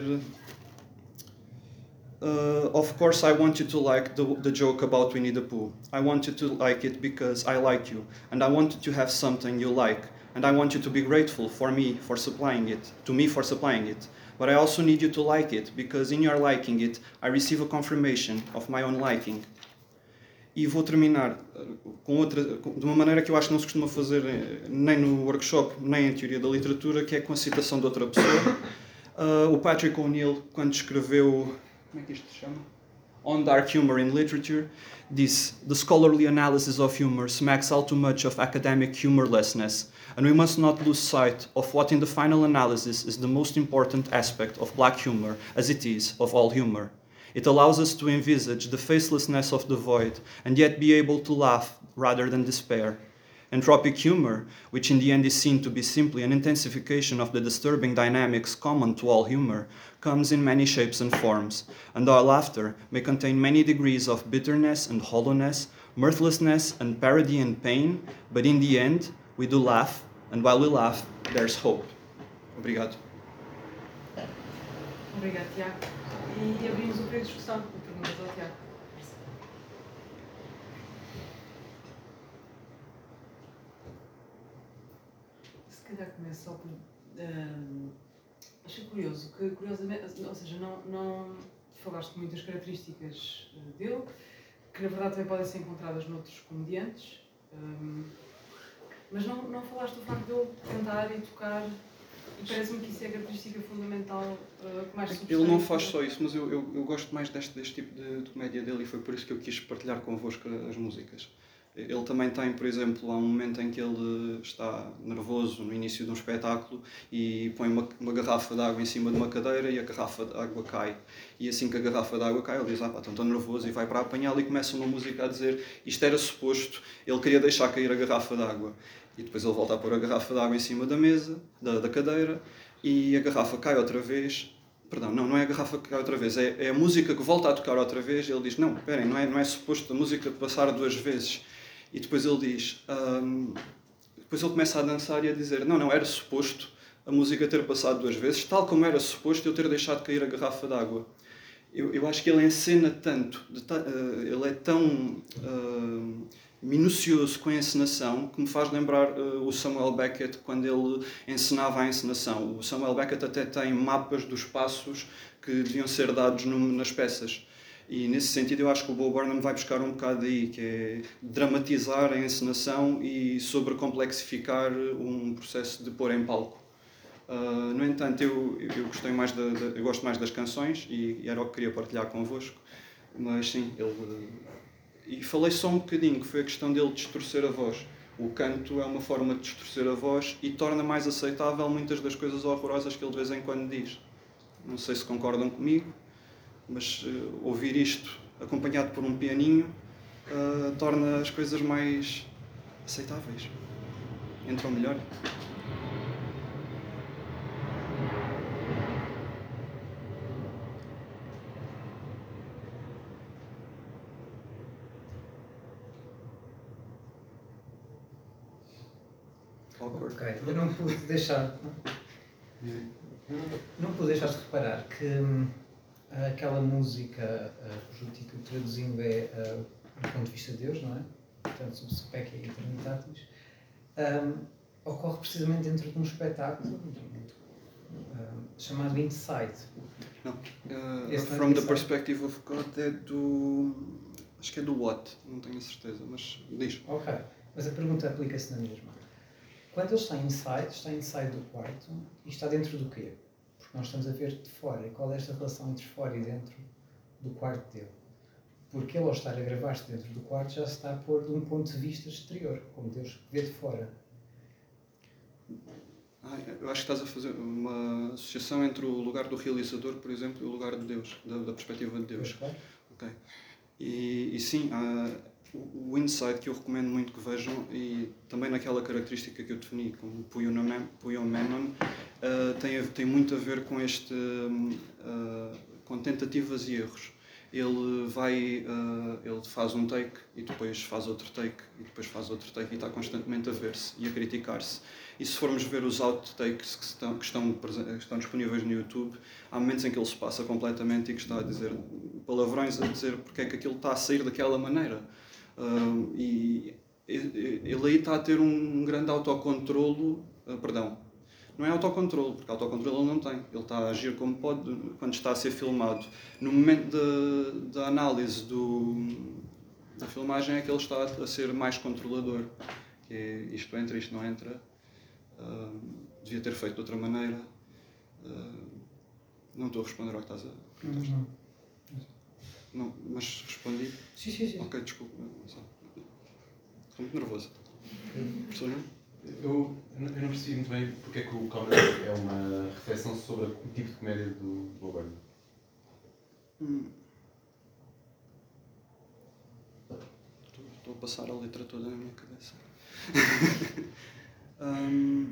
uh, Of course I want you to like the, the joke about Winnie the Pooh. I want you to like it because I like you. And I want you to have something you like. And I want you to be grateful for me for supplying it. To me for supplying it. But I also need you to like it, because in your liking it, I receive a confirmation of my own liking. E vou terminar com outra, de uma maneira que eu acho que não se costuma fazer nem no workshop, nem em teoria da literatura, que é com a citação de outra pessoa. Uh, o Patrick O'Neill, quando escreveu, como é que isto se chama? On Dark Humor in Literature, disse: The scholarly analysis of humor smacks all too much of academic humorlessness, and we must not lose sight of what in the final analysis is the most important aspect of black humor, as it is of all humor. It allows us to envisage the facelessness of the void, and yet be able to laugh rather than despair. Entropic humor, which in the end is seen to be simply an intensification of the disturbing dynamics common to all humor, comes in many shapes and forms, and our laughter may contain many degrees of bitterness and hollowness, mirthlessness and parody and pain, but in the end, we do laugh, and while we laugh, there's hope. Obrigado. Obrigado, Tiago. E abrimos o período de discussão com perguntas ao Tiago. Se calhar começo só por... Um, achei curioso, que curiosamente, ou seja, não, não falaste de muitas características dele, que na verdade também podem ser encontradas noutros comediantes, um, mas não, não falaste do facto de ele cantar e tocar, e parece-me que isso é a característica fundamental uh, que mais substrói. Ele não faz só isso, mas eu, eu, eu gosto mais deste, deste tipo de, de comédia dele, e foi por isso que eu quis partilhar convosco as músicas. Ele também tem, por exemplo, há um momento em que ele está nervoso no início de um espetáculo e põe uma, uma garrafa de água em cima de uma cadeira e a garrafa de água cai. E assim que a garrafa de água cai, ele diz: ah pá, estou tão nervoso, e vai para apanhá-la e começa uma música a dizer: isto era suposto, ele queria deixar cair a garrafa de água. E depois ele volta a pôr a garrafa de água em cima da mesa, da, da cadeira, e a garrafa cai outra vez. Perdão, não, não é a garrafa que cai outra vez, é, é a música que volta a tocar outra vez. E ele diz: não, esperem, não é, não é suposto a música passar duas vezes. E depois ele diz, um, depois ele começa a dançar e a dizer: não, não, era suposto a música ter passado duas vezes, tal como era suposto eu ter deixado cair a garrafa d'água. Eu, eu acho que ele encena tanto, de ta, uh, ele é tão uh, minucioso com a encenação que me faz lembrar uh, o Samuel Beckett quando ele encenava a encenação. O Samuel Beckett até tem mapas dos passos que deviam ser dados no, nas peças. E nesse sentido eu acho que o Bo Burnham vai buscar um bocado aí, que é dramatizar a encenação e sobrecomplexificar um processo de pôr em palco. Uh, no entanto, eu, eu, gostei mais de, de, eu gosto mais das canções e, e era o que queria partilhar convosco, mas sim, ele... E falei só um bocadinho, que foi a questão dele distorcer a voz. O canto é uma forma de distorcer a voz e torna mais aceitável muitas das coisas horrorosas que ele de vez em quando diz. Não sei se concordam comigo, mas uh, ouvir isto acompanhado por um pianinho uh, torna as coisas mais aceitáveis. Entram melhor. Ok, eu não pude deixar não pude deixar de reparar que hum, aquela música uh, cujo título traduzindo é uh, do ponto de vista de Deus, não é? Portanto, sub spec e eternitatis, um, ocorre precisamente dentro de um espetáculo um, chamado Inside. Não, uh, From the Perspective of God é do... acho que é do What, não tenho a certeza, mas diz. Ok, mas a pergunta aplica-se na mesma. Quando ele está inside, está inside do quarto e está dentro do quê? Porque nós estamos a ver de fora. E qual é esta relação entre fora e dentro do quarto dele? Porque ele, ao estar a gravar-se dentro do quarto, já se está a pôr de um ponto de vista exterior, como Deus vê de fora. Ah, eu acho que estás a fazer uma associação entre o lugar do realizador, por exemplo, e o lugar de Deus, da, da perspectiva de Deus. Claro. Ok. E, e sim, há o, o insight que eu recomendo muito que vejam, e também naquela característica que eu defini como Puyomenon, uh, tem, tem muito a ver com este uh, com tentativas e erros. Ele vai, uh, ele faz um take e depois faz outro take e depois faz outro take e está constantemente a ver-se e a criticar-se. E se formos ver os outtakes que estão, que, estão, que estão disponíveis no YouTube, há momentos em que ele se passa completamente e que está a dizer palavrões, a dizer porque é que aquilo está a sair daquela maneira. Uh, e ele aí está a ter um grande autocontrolo, uh, perdão, não é autocontrolo, porque autocontrolo ele não tem. Ele está a agir como pode quando está a ser filmado. No momento da análise do, da filmagem é que ele está a ser mais controlador. Que é, isto entra, isto não entra. Uh, devia ter feito de outra maneira. Uh, não estou a responder ao que estás a perguntar. Uhum. Não, mas respondi? Sim, sim, sim. Ok, desculpa. Estou muito nervoso. Professor, não? Eu, eu não percebi muito bem porque é que o Comedy é uma reflexão sobre o tipo de comédia do Bo Burnham. Hum. Estou, estou a passar a letra toda na minha cabeça. hum.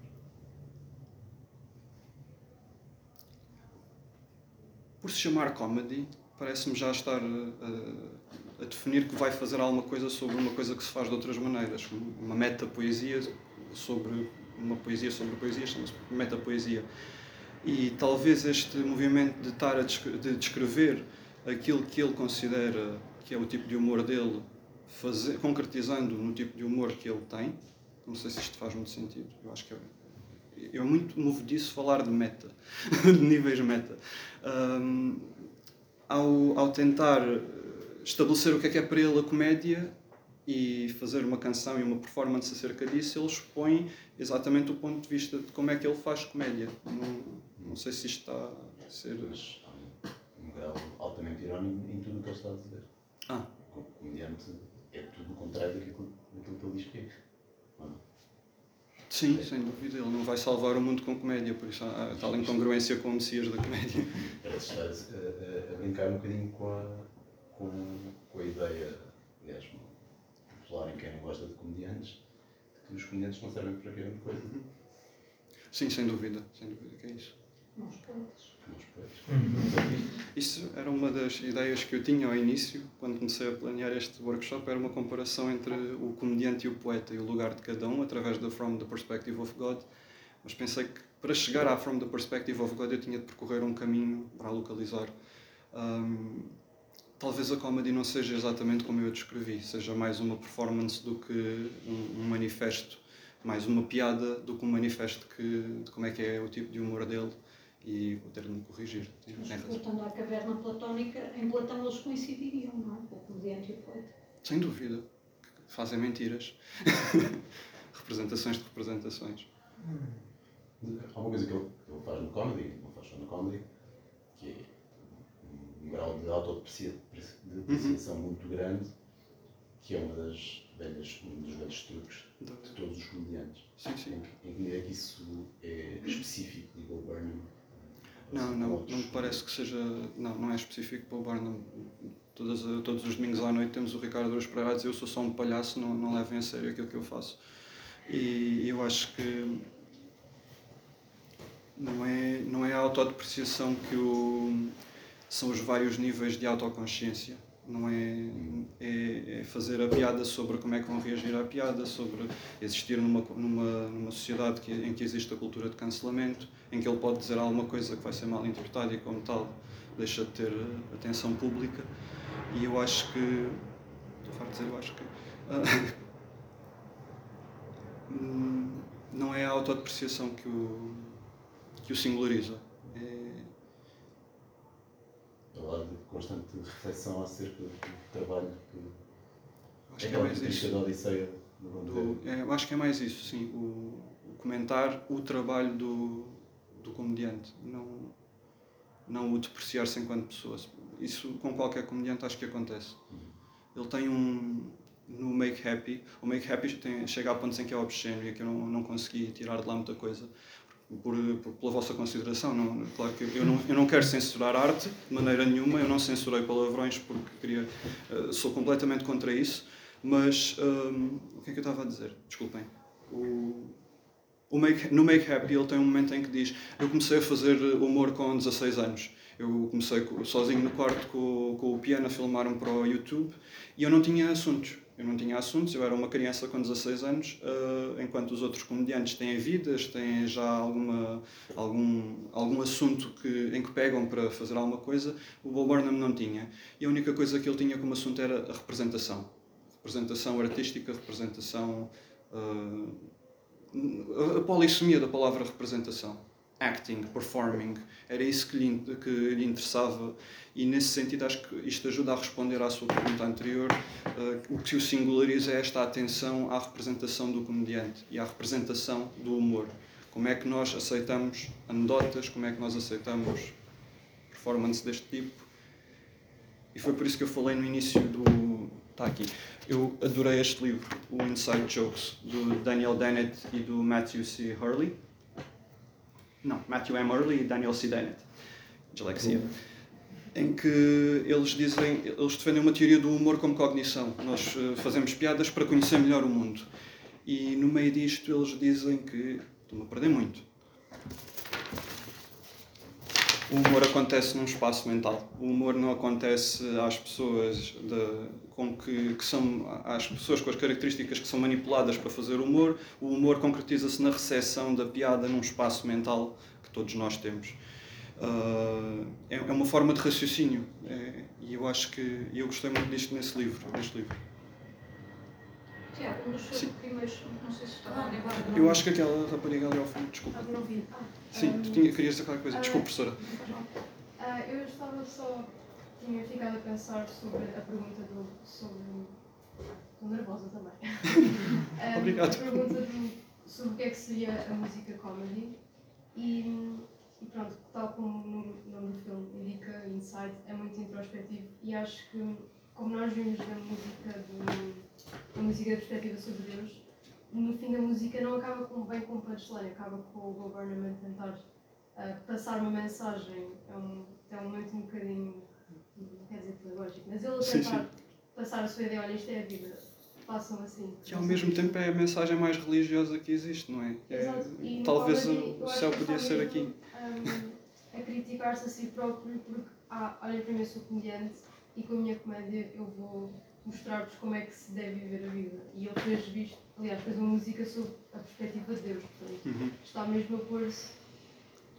Por se chamar comedy, parece-me já estar a, a, a definir que vai fazer alguma coisa sobre uma coisa que se faz de outras maneiras. Uma meta-poesia sobre uma poesia sobre poesia, chama-se meta-poesia. E talvez este movimento de estar a de descrever aquilo que ele considera que é o tipo de humor dele, fazer, concretizando no tipo de humor que ele tem, não sei se isto faz muito sentido, eu acho que é, eu muito movediço falar de meta, de níveis meta. Um, ao, ao tentar estabelecer o que é que é para ele a comédia e fazer uma canção e uma performance acerca disso, ele expõe exatamente o ponto de vista de como é que ele faz comédia. Não, não sei se isto está a ser... Mas há um grau altamente irónico em tudo o que ele está a dizer. Ah. O comediante é tudo o contrário daquilo, daquilo que ele diz que é. Não? Sim, é. Sem dúvida. Ele não vai salvar o mundo com comédia, por isso há, há tal incongruência com o Messias da comédia. Parece estar a, a, a brincar um bocadinho com a, com, com a ideia, aliás, popular em quem não gosta de comediantes, de que os comediantes não servem para grande coisa. Sim, sem dúvida, sem dúvida que é isso. Bons poetas. Bons poetas. Uhum. Isso era uma das ideias que eu tinha ao início, quando comecei a planear este workshop, era uma comparação entre o comediante e o poeta e o lugar de cada um, através da From the Perspective of God, mas pensei que para chegar à From the Perspective of God eu tinha de percorrer um caminho para a localizar. Um, talvez a comedy não seja exatamente como eu a descrevi, seja mais uma performance do que um, um manifesto, mais uma piada do que um manifesto que, de como é que é o tipo de humor dele, e vou ter de me corrigir. Mas voltando à caverna platónica, em Platão eles coincidiriam, não é? O comediante e o poeta. Sem dúvida. Fazem mentiras. Representações de representações. Há uma coisa que ele, que ele faz no comedy, não faz só no comedy, que é um grau de autodepreciação uhum. muito grande, que é uma das velhas, um dos velhos truques de todos os comediantes. Sim, sim. Em que medida é que isso é específico de Bo Burnham? Não, não, não me parece que seja... Não, não é específico para o Burnham. Todas, todos os domingos à noite temos o Ricardo Araújo Pereira a dizer eu sou só um palhaço, não, não levem a sério aquilo que eu faço. E eu acho que não é, não é a autodepreciação que o, são os vários níveis de autoconsciência. Não é, é, é fazer a piada sobre como é que vão reagir à piada, sobre existir numa, numa, numa sociedade que, em que existe a cultura de cancelamento, em que ele pode dizer alguma coisa que vai ser mal interpretada e como tal deixa de ter atenção pública. E eu acho que... Estou a farto de dizer, eu acho que... Uh, não é a autodepreciação que o, que o singulariza. É... Falar de constante reflexão acerca do trabalho que... Acho é que é mais isso. Da Odisseia do do, é, eu acho que é mais isso, sim. O, o comentar o trabalho do, do comediante. Não, não o depreciar-se enquanto pessoa. Isso com qualquer comediante acho que acontece. Ele tem um... No Make Happy, o Make Happy tem, chega a pontos em que é obsceno e que eu não, não consegui tirar de lá muita coisa por, por, pela vossa consideração. Não, claro que eu não, eu não quero censurar arte de maneira nenhuma, eu não censurei palavrões porque queria, uh, sou completamente contra isso, mas um, o que é que eu estava a dizer? Desculpem. O, o make, no Make Happy ele tem um momento em que diz eu comecei a fazer humor com dezasseis anos. Eu comecei sozinho no quarto com, com o piano a filmar-me para o YouTube e eu não tinha assuntos. Eu não tinha assuntos, eu era uma criança com dezasseis anos, uh, enquanto os outros comediantes têm vidas, têm já alguma, algum, algum assunto que, em que pegam para fazer alguma coisa, o Bo Burnham não tinha. E a única coisa que ele tinha como assunto era a representação. Representação artística, representação... Uh, a polissemia da palavra representação. Acting, performing, era isso que lhe, que lhe interessava e nesse sentido acho que isto ajuda a responder à sua pergunta anterior. Uh, o que o singulariza é esta atenção à representação do comediante e à representação do humor. Como é que nós aceitamos anedotas, como é que nós aceitamos performance deste tipo. E foi por isso que eu falei no início do... Está aqui. Eu adorei este livro, o Inside Jokes, do Daniel Dennett e do Matthew C. Hurley. Não, Matthew M. Hurley e Daniel C. Dennett. Dislexia. Em que eles dizem, eles defendem uma teoria do humor como cognição. Nós uh, fazemos piadas para conhecer melhor o mundo. E no meio disto eles dizem que... Estou-me a perder muito. O humor acontece num espaço mental. O humor não acontece às pessoas de, com que, que são às pessoas com as características que são manipuladas para fazer humor. O humor concretiza-se na recepção da piada num espaço mental que todos nós temos. Uh, é, é uma forma de raciocínio é, e eu acho que eu gostei muito disto nesse livro, neste livro. Tiago, um dos seus primeiros, não sei se estava a levar. Eu acho que aquela rapariga ali ao fundo, desculpa. Não vi. Ah, Sim, um, tu tinha, querias dizer qualquer coisa. Desculpa, professora. Uh, eu estava só, tinha ficado a pensar sobre a pergunta do, sobre, estou nervosa também. um, Obrigado. A pergunta do, sobre o que é que seria a música comedy e, e pronto, tal como o nome do filme indica, Inside, é muito introspectivo e acho que, como nós vimos na música, do, na música da perspectiva sobre Deus, no fim da música não acaba com, bem com o punchline, acaba com o Bo Burnham a tentar uh, passar uma mensagem. É um, é um momento um bocadinho, não quer dizer pedagógico, mas ele a Sim, tentar sim. passar a sua ideia, olha, isto é a vida, façam assim. Que ao mesmo tempo é a mensagem mais religiosa que existe, não é? é Exato. E talvez comedy, o céu podia ser aqui. Um, a criticar-se a si próprio porque, ah, olha, primeiro sou comediante e com a minha comédia eu vou mostrar-vos como é que se deve viver a vida. E ele fez visto, aliás, fez uma música sobre a perspectiva de Deus, portanto, Uhum. está mesmo a pôr-se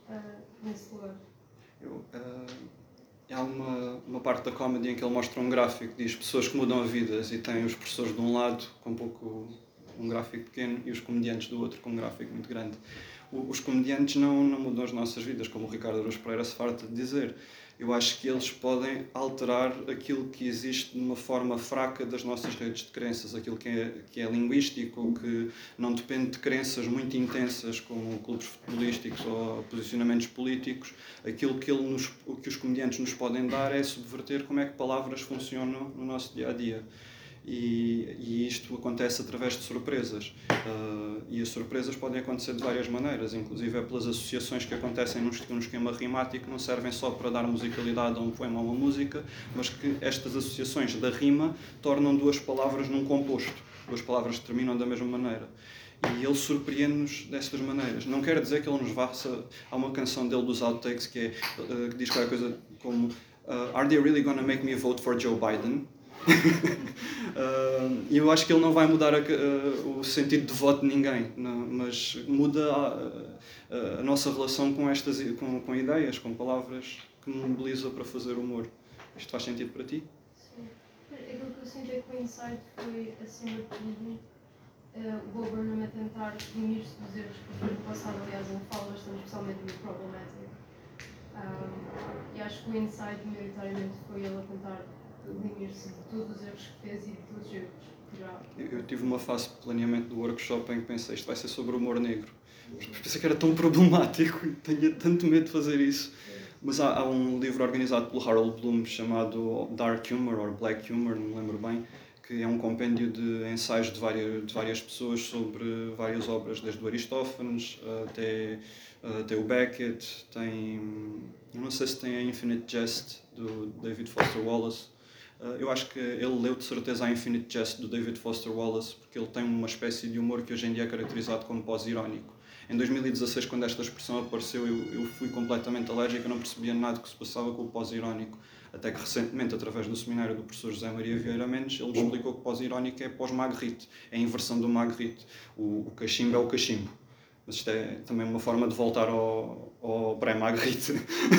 uh, nesse lugar? Eu, uh, há uma, uma parte da comedy em que ele mostra um gráfico que diz pessoas que mudam a vidas e tem os professores de um lado com um pouco um gráfico pequeno e os comediantes do outro com um gráfico muito grande. O, os comediantes não, não mudam as nossas vidas, como o Ricardo Araújo Pereira se farta de dizer. Eu acho que eles podem alterar aquilo que existe de uma forma fraca das nossas redes de crenças, aquilo que é, que é linguístico, que não depende de crenças muito intensas como clubes futebolísticos ou posicionamentos políticos. Aquilo que, ele nos, o que os comediantes nos podem dar é subverter como é que palavras funcionam no nosso dia-a-dia. E, e isto acontece através de surpresas. Uh, e as surpresas podem acontecer de várias maneiras, inclusive é pelas associações que acontecem num, num esquema rimático, que não servem só para dar musicalidade a um poema ou uma música, mas que estas associações da rima tornam duas palavras num composto, duas palavras que terminam da mesma maneira. E ele surpreende-nos destas maneiras. Não quer dizer que ele nos vá... Há uma canção dele dos Outtakes que, é, uh, que diz qualquer coisa como uh, Are they really gonna make me vote for Joe Biden? uh, eu acho que ele não vai mudar a, uh, o sentido de voto de ninguém, não, mas muda a, a, a nossa relação com estas com, com ideias, com palavras que me mobilizam para fazer humor. Isto faz sentido para ti? Sim. Aquilo que eu sinto é que o insight foi, acima de tudo, uh, o Bob Burnham a tentar remir-se dos erros que no passado, aliás, ele fala bastante, especialmente no Problematic. Um, e acho que o insight, maioritariamente, foi ele a tentar remir-se de todos os erros que fez e de todos os erros que já... Eu, eu tive uma fase de planeamento do workshop em que pensei, isto vai ser sobre o humor negro. Mas pensei que era tão problemático e tinha tanto medo de fazer isso. Mas há, há um livro organizado pelo Harold Bloom chamado Dark Humor ou Black Humor, não me lembro bem, que é um compêndio de ensaios de várias, de várias pessoas sobre várias obras, desde o Aristófanes até, até o Beckett. Tem, não sei se tem a Infinite Jest do David Foster Wallace. Eu acho que ele leu de certeza a Infinite Jest do David Foster Wallace, porque ele tem uma espécie de humor que hoje em dia é caracterizado como pós-irónico. Em dois mil e dezasseis, quando esta expressão apareceu, eu, eu fui completamente alérgico, eu não percebia nada que se passava com o pós-irónico. Até que recentemente, através do seminário do professor José Maria Vieira Mendes, ele me explicou que pós-irónico é pós-Magritte, é a inversão do Magritte. O, o cachimbo é o cachimbo. Mas isto é também uma forma de voltar ao, ao pré-Magritte.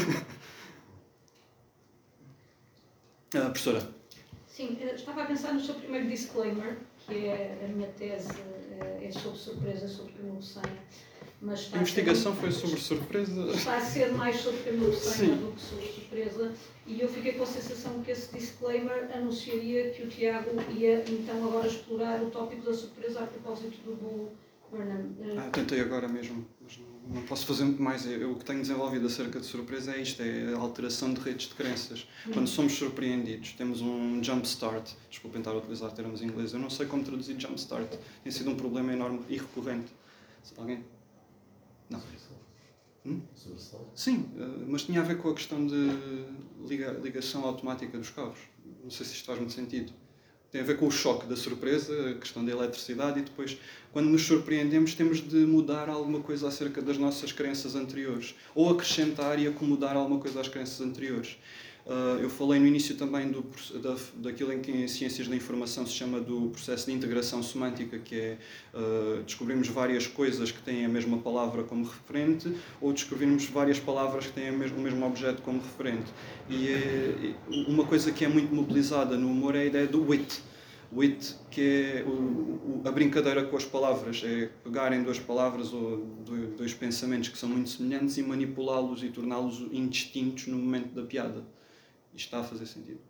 ah, professora. Sim, estava a pensar no seu primeiro disclaimer, que é a minha tese é sobre surpresa, sobre Camilo Penha. Mas está a investigação a ser, foi sobre surpresa? Está a ser mais sobre Camilo Penha do que sobre surpresa. E eu fiquei com a sensação que esse disclaimer anunciaria que o Tiago ia então agora explorar o tópico da surpresa a propósito do Bo Burnham. Ah, tentei agora mesmo, mas não, não posso fazer muito mais. Eu, o que tenho desenvolvido acerca de surpresa é isto, é a alteração de redes de crenças. Hum. Quando somos surpreendidos, temos um jump start. Desculpem estar a utilizar termos em inglês. Eu não sei como traduzir jump start. Tem sido um problema enorme e recorrente. Alguém? Não. Hum? Sim, mas tinha a ver com a questão de liga, ligação automática dos cabos. Não sei se isto faz muito sentido. Tem a ver com o choque da surpresa, a questão da eletricidade, e depois, quando nos surpreendemos, temos de mudar alguma coisa acerca das nossas crenças anteriores, ou acrescentar e acomodar alguma coisa às crenças anteriores. Uh, eu falei no início também do, da, daquilo em que em ciências da informação se chama do processo de integração semântica, que é uh, descobrirmos várias coisas que têm a mesma palavra como referente, ou descobrirmos várias palavras que têm o mesmo, o mesmo objeto como referente. E é, uma coisa que é muito mobilizada no humor é a ideia do wit. Wit, que é o, o, a brincadeira com as palavras, é pegarem duas palavras ou dois pensamentos que são muito semelhantes e manipulá-los e torná-los indistintos no momento da piada. Isto está a fazer sentido?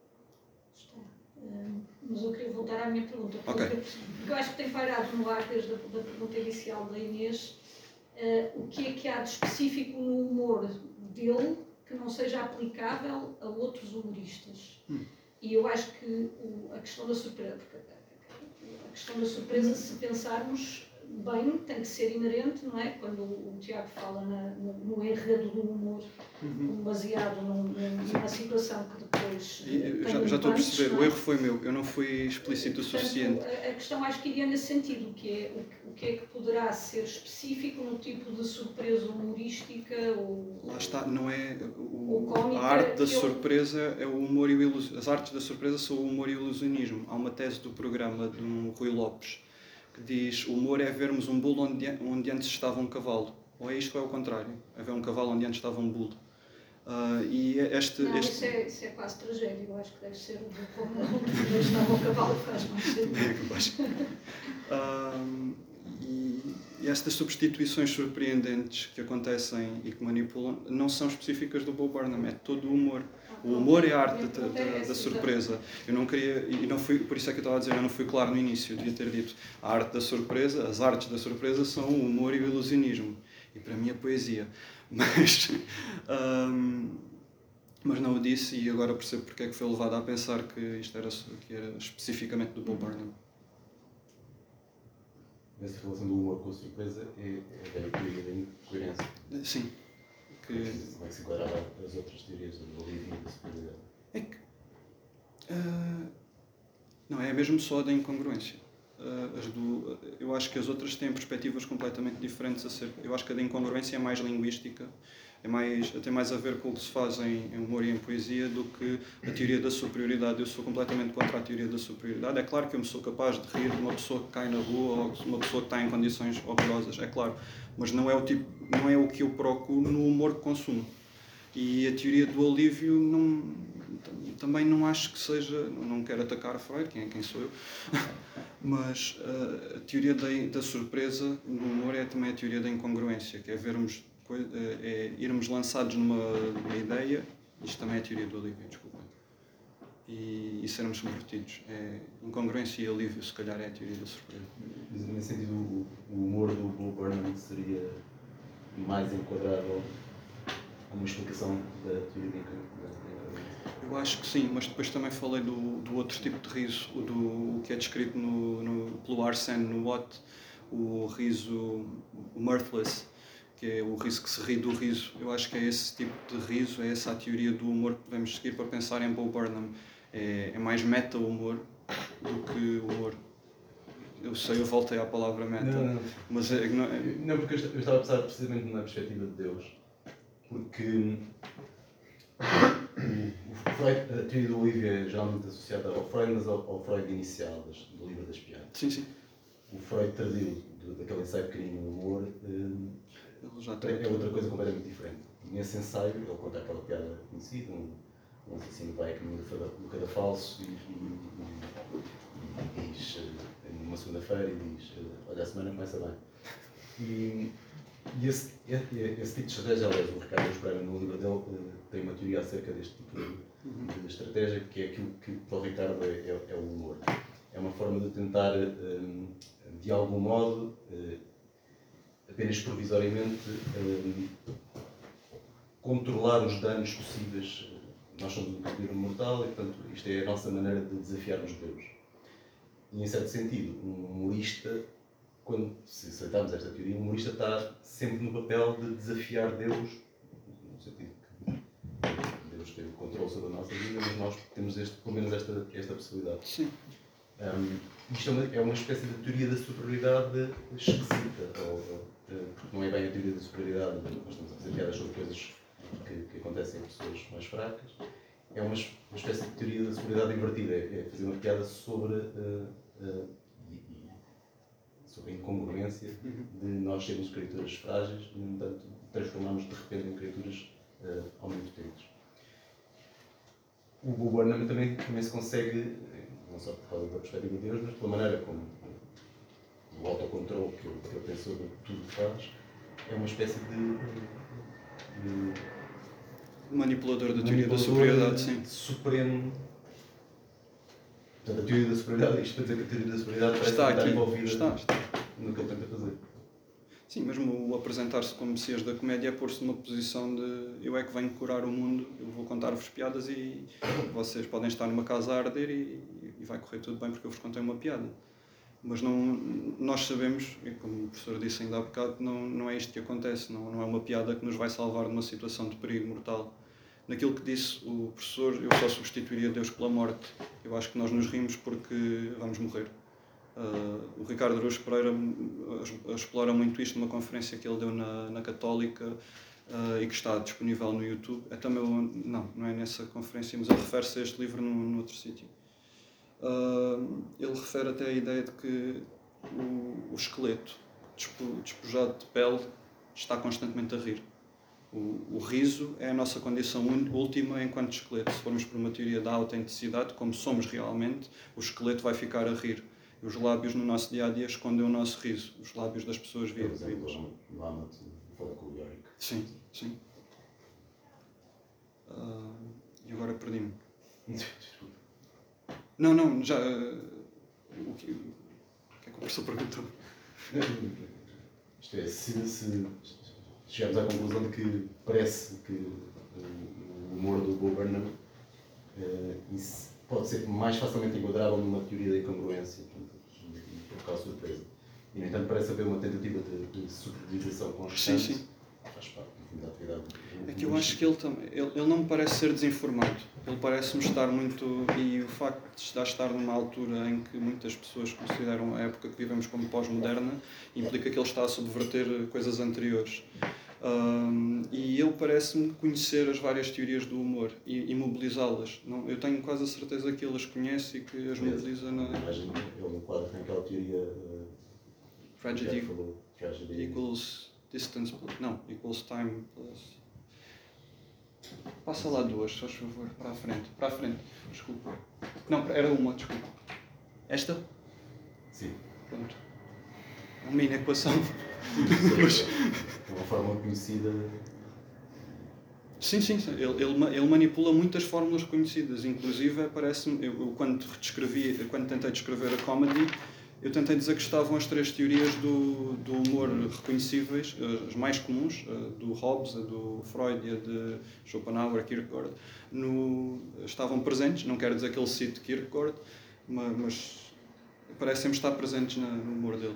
Está. Uh, mas eu queria voltar à minha pergunta, porque, okay. porque eu acho que tem pairado no ar desde a da pergunta inicial da Inês, uh, o que é que há de específico no humor dele que não seja aplicável a outros humoristas. Hum. E eu acho que o, a questão da surpresa, porque a questão da surpresa, se pensarmos bem, tem que ser inerente, não é? Quando o, o Tiago fala na, no, no enredo do humor, uhum. baseado num, numa situação que depois... E, já, já estou a perceber, é? O erro foi meu, eu não fui explícito o suficiente. Portanto, a, a questão acho que iria nesse sentido, que é o, o que é que poderá ser específico no tipo de surpresa humorística ou... Lá está, não é... O, ou cómica, a arte da eu... surpresa é o humor e o ilusionismo. As artes da surpresa são o humor e o ilusionismo. Há uma tese do programa de um Rui Lopes, que diz: o humor é vermos um bolo onde, onde antes estava um cavalo. Ou é isto ou é o contrário. É ver um cavalo onde antes estava um bolo. Uh, e este, Não, este... isso, é, isso é quase tragédia. Eu acho que deve ser o como onde estava o cavalo faz mais sentido. um, e, e estas substituições surpreendentes que acontecem e que manipulam não são específicas do Bo Burnham, é todo o humor. O humor é a arte da, da, da surpresa. Eu não queria, e não fui, por isso é que eu estava a dizer, eu não fui claro no início, eu devia ter dito. A arte da surpresa, as artes da surpresa são o humor e o ilusionismo. E para mim a poesia. Mas, um, mas não o disse e agora percebo porque é que foi levado a pensar que isto era, que era especificamente do Bo Burnham. Essa relação do humor com a surpresa é, é a teoria da incoerência. Sim. Que... Como é que se enquadrava as outras teorias do alívio e da superioridade? É que... Uh, não, é mesmo só da incongruência. Uh, as do, eu acho que as outras têm perspectivas completamente diferentes a ser. Eu acho que a da incongruência é mais linguística, é mais, tem mais a ver com o que se faz em, em humor e em poesia do que a teoria da superioridade. Eu sou completamente contra a teoria da superioridade. É claro que eu me sou capaz de rir de uma pessoa que cai na rua ou de uma pessoa que está em condições horrorosas, é claro, mas não é o, tipo, não é o que eu procuro no humor que consumo. E a teoria do alívio não, também não acho que seja, não quero atacar Freud, quem, quem sou eu, mas uh, a teoria da, da surpresa no humor é também a teoria da incongruência, que é vermos, é irmos lançados numa, numa ideia, isto também é a teoria do alívio, desculpa, e, e sermos subvertidos. É, incongruência e alívio, se calhar, é a teoria da surpresa. Mas nesse sentido, o, o humor do Bo Burnham seria mais enquadrável a uma explicação da teoria da incongruência? Eu acho que sim, mas depois também falei do, do outro tipo de riso, o, do, o que é descrito no, no, pelo Arsène no What, o riso, o mirthless, que é o riso que se ri do riso. Eu acho que é esse tipo de riso, é essa a teoria do humor que devemos seguir para pensar em Bo Burnham. É, é mais meta-humor do que humor. Eu sei, eu voltei à palavra meta, não, não. mas é, não, é... não, porque eu estava a pensar precisamente na perspectiva de Deus, porque o Freud, a teoria do alívio é geralmente associada ao Freud, mas ao, ao Freud inicial, do livro das piadas. Sim, sim. O Freud tardio, daquele ensaio pequenino no humor, ele já tem... é outra coisa completamente diferente. Nesse ensaio, ele conta aquela piada conhecida, um, um assassino vai a caminho do cadafalso e, e, e, e diz, numa segunda-feira, e diz, olha, a semana começa bem. E, e esse, esse tipo de estratégia, aliás, o Ricardo Espreira, no livro dele, tem uma teoria acerca deste tipo de, de estratégia, que é aquilo que para o Ricardo é, é, é o humor. É uma forma de tentar, de algum modo, apenas provisoriamente, controlar os danos possíveis. Nós somos um criatura mortal e, portanto, isto é a nossa maneira de desafiarmos Deus. E, em certo sentido, um humorista, quando se aceitarmos esta teoria, um humorista está sempre no papel de desafiar Deus, no sentido que Deus tem o controle sobre a nossa vida, mas nós temos este, pelo menos esta, esta possibilidade. Sim. Um, isto é uma, é uma espécie de teoria da superioridade esquisita, ou, porque não é bem a teoria da superioridade, nós estamos a fazer piadas sobre coisas que, que acontecem em pessoas mais fracas. É uma, uma espécie de teoria da superioridade invertida, é, é fazer uma piada sobre, uh, uh, e, e, sobre a incongruência de nós sermos criaturas frágeis e, no entanto, transformarmos de repente em criaturas uh, omnipotentes. O Bo Burnham também, também se consegue, não só por causa da perspectiva de Deus, mas pela maneira como o autocontrole que ele, que ele tem sobre tudo que faz, é uma espécie de, de manipulador da teoria da superioridade, sim. Supremo. Portanto, a teoria da superioridade, isto para dizer que a teoria da superioridade parece está estar aqui. envolvida está, está. no que ele tenta fazer. Sim, mesmo o apresentar-se como Messias da comédia é pôr-se numa posição de eu é que venho curar o mundo, eu vou contar-vos piadas e vocês podem estar numa casa a arder e, e vai correr tudo bem porque eu vos contei uma piada. Mas não, nós sabemos, e como o professor disse ainda há bocado, não, não é isto que acontece, não, não é uma piada que nos vai salvar de uma situação de perigo mortal. Naquilo que disse o professor, eu só substituiria Deus pela morte. Eu acho que nós nos rimos porque vamos morrer. Uh, o Ricardo Araújo Pereira explora muito isto numa conferência que ele deu na, na Católica uh, e que está disponível no YouTube. É também, não, não é nessa conferência, mas ele refere-se a este livro num, num outro sítio. Uh, ele refere até a ideia de que o, o esqueleto despojado de pele está constantemente a rir. O, o riso é a nossa condição última enquanto esqueleto. Se formos por uma teoria da autenticidade, como somos realmente, o esqueleto vai ficar a rir. E os lábios no nosso dia-a-dia escondem o nosso riso. Os lábios das pessoas vivas. Lama, fala com o Yorick. Sim, sim. Uh, e agora perdi-me. Desculpa. Não, não, já... Uh, o, que, o que é que o professor perguntou? Isto é, se, se chegamos à conclusão de que parece que o humor do Bo Burnham uh, isso pode ser mais facilmente enquadrável numa teoria da incongruência, por causa de surpresa. E, no entanto, parece haver uma tentativa de, de supervisização constante. Sim, sim. Faz parte da atividade. É que eu acho que ele também, ele, ele não me parece ser desinformado. Ele parece-me estar muito, e o facto de estar numa altura em que muitas pessoas consideram a época que vivemos como pós-moderna, implica que ele está a subverter coisas anteriores. Um, e ele parece-me conhecer as várias teorias do humor e, e mobilizá-las. Não, eu tenho quase a certeza que ele as conhece e que as mobiliza na... Imagina, ele enquadra naquela teoria... Uh, Tragedy, falou, tragedy equals distance, não, equals time plus... Passa lá duas, se faz favor, para a frente. Para a frente, desculpa. Não, era uma, desculpa. Esta? Sim. Pronto. É uma inequação. É uma fórmula conhecida. Sim, sim, sim. Ele, ele, ele manipula muitas fórmulas conhecidas. Inclusive, parece-me, eu, eu quando descrevi, quando tentei descrever a comedy, eu tentei dizer que estavam as três teorias do, do humor reconhecíveis, as mais comuns, a do Hobbes, a do Freud e a de Schopenhauer, Kierkegaard, no, estavam presentes. Não quero dizer que ele cite Kierkegaard, mas, mas parecem estar presentes na, no humor dele.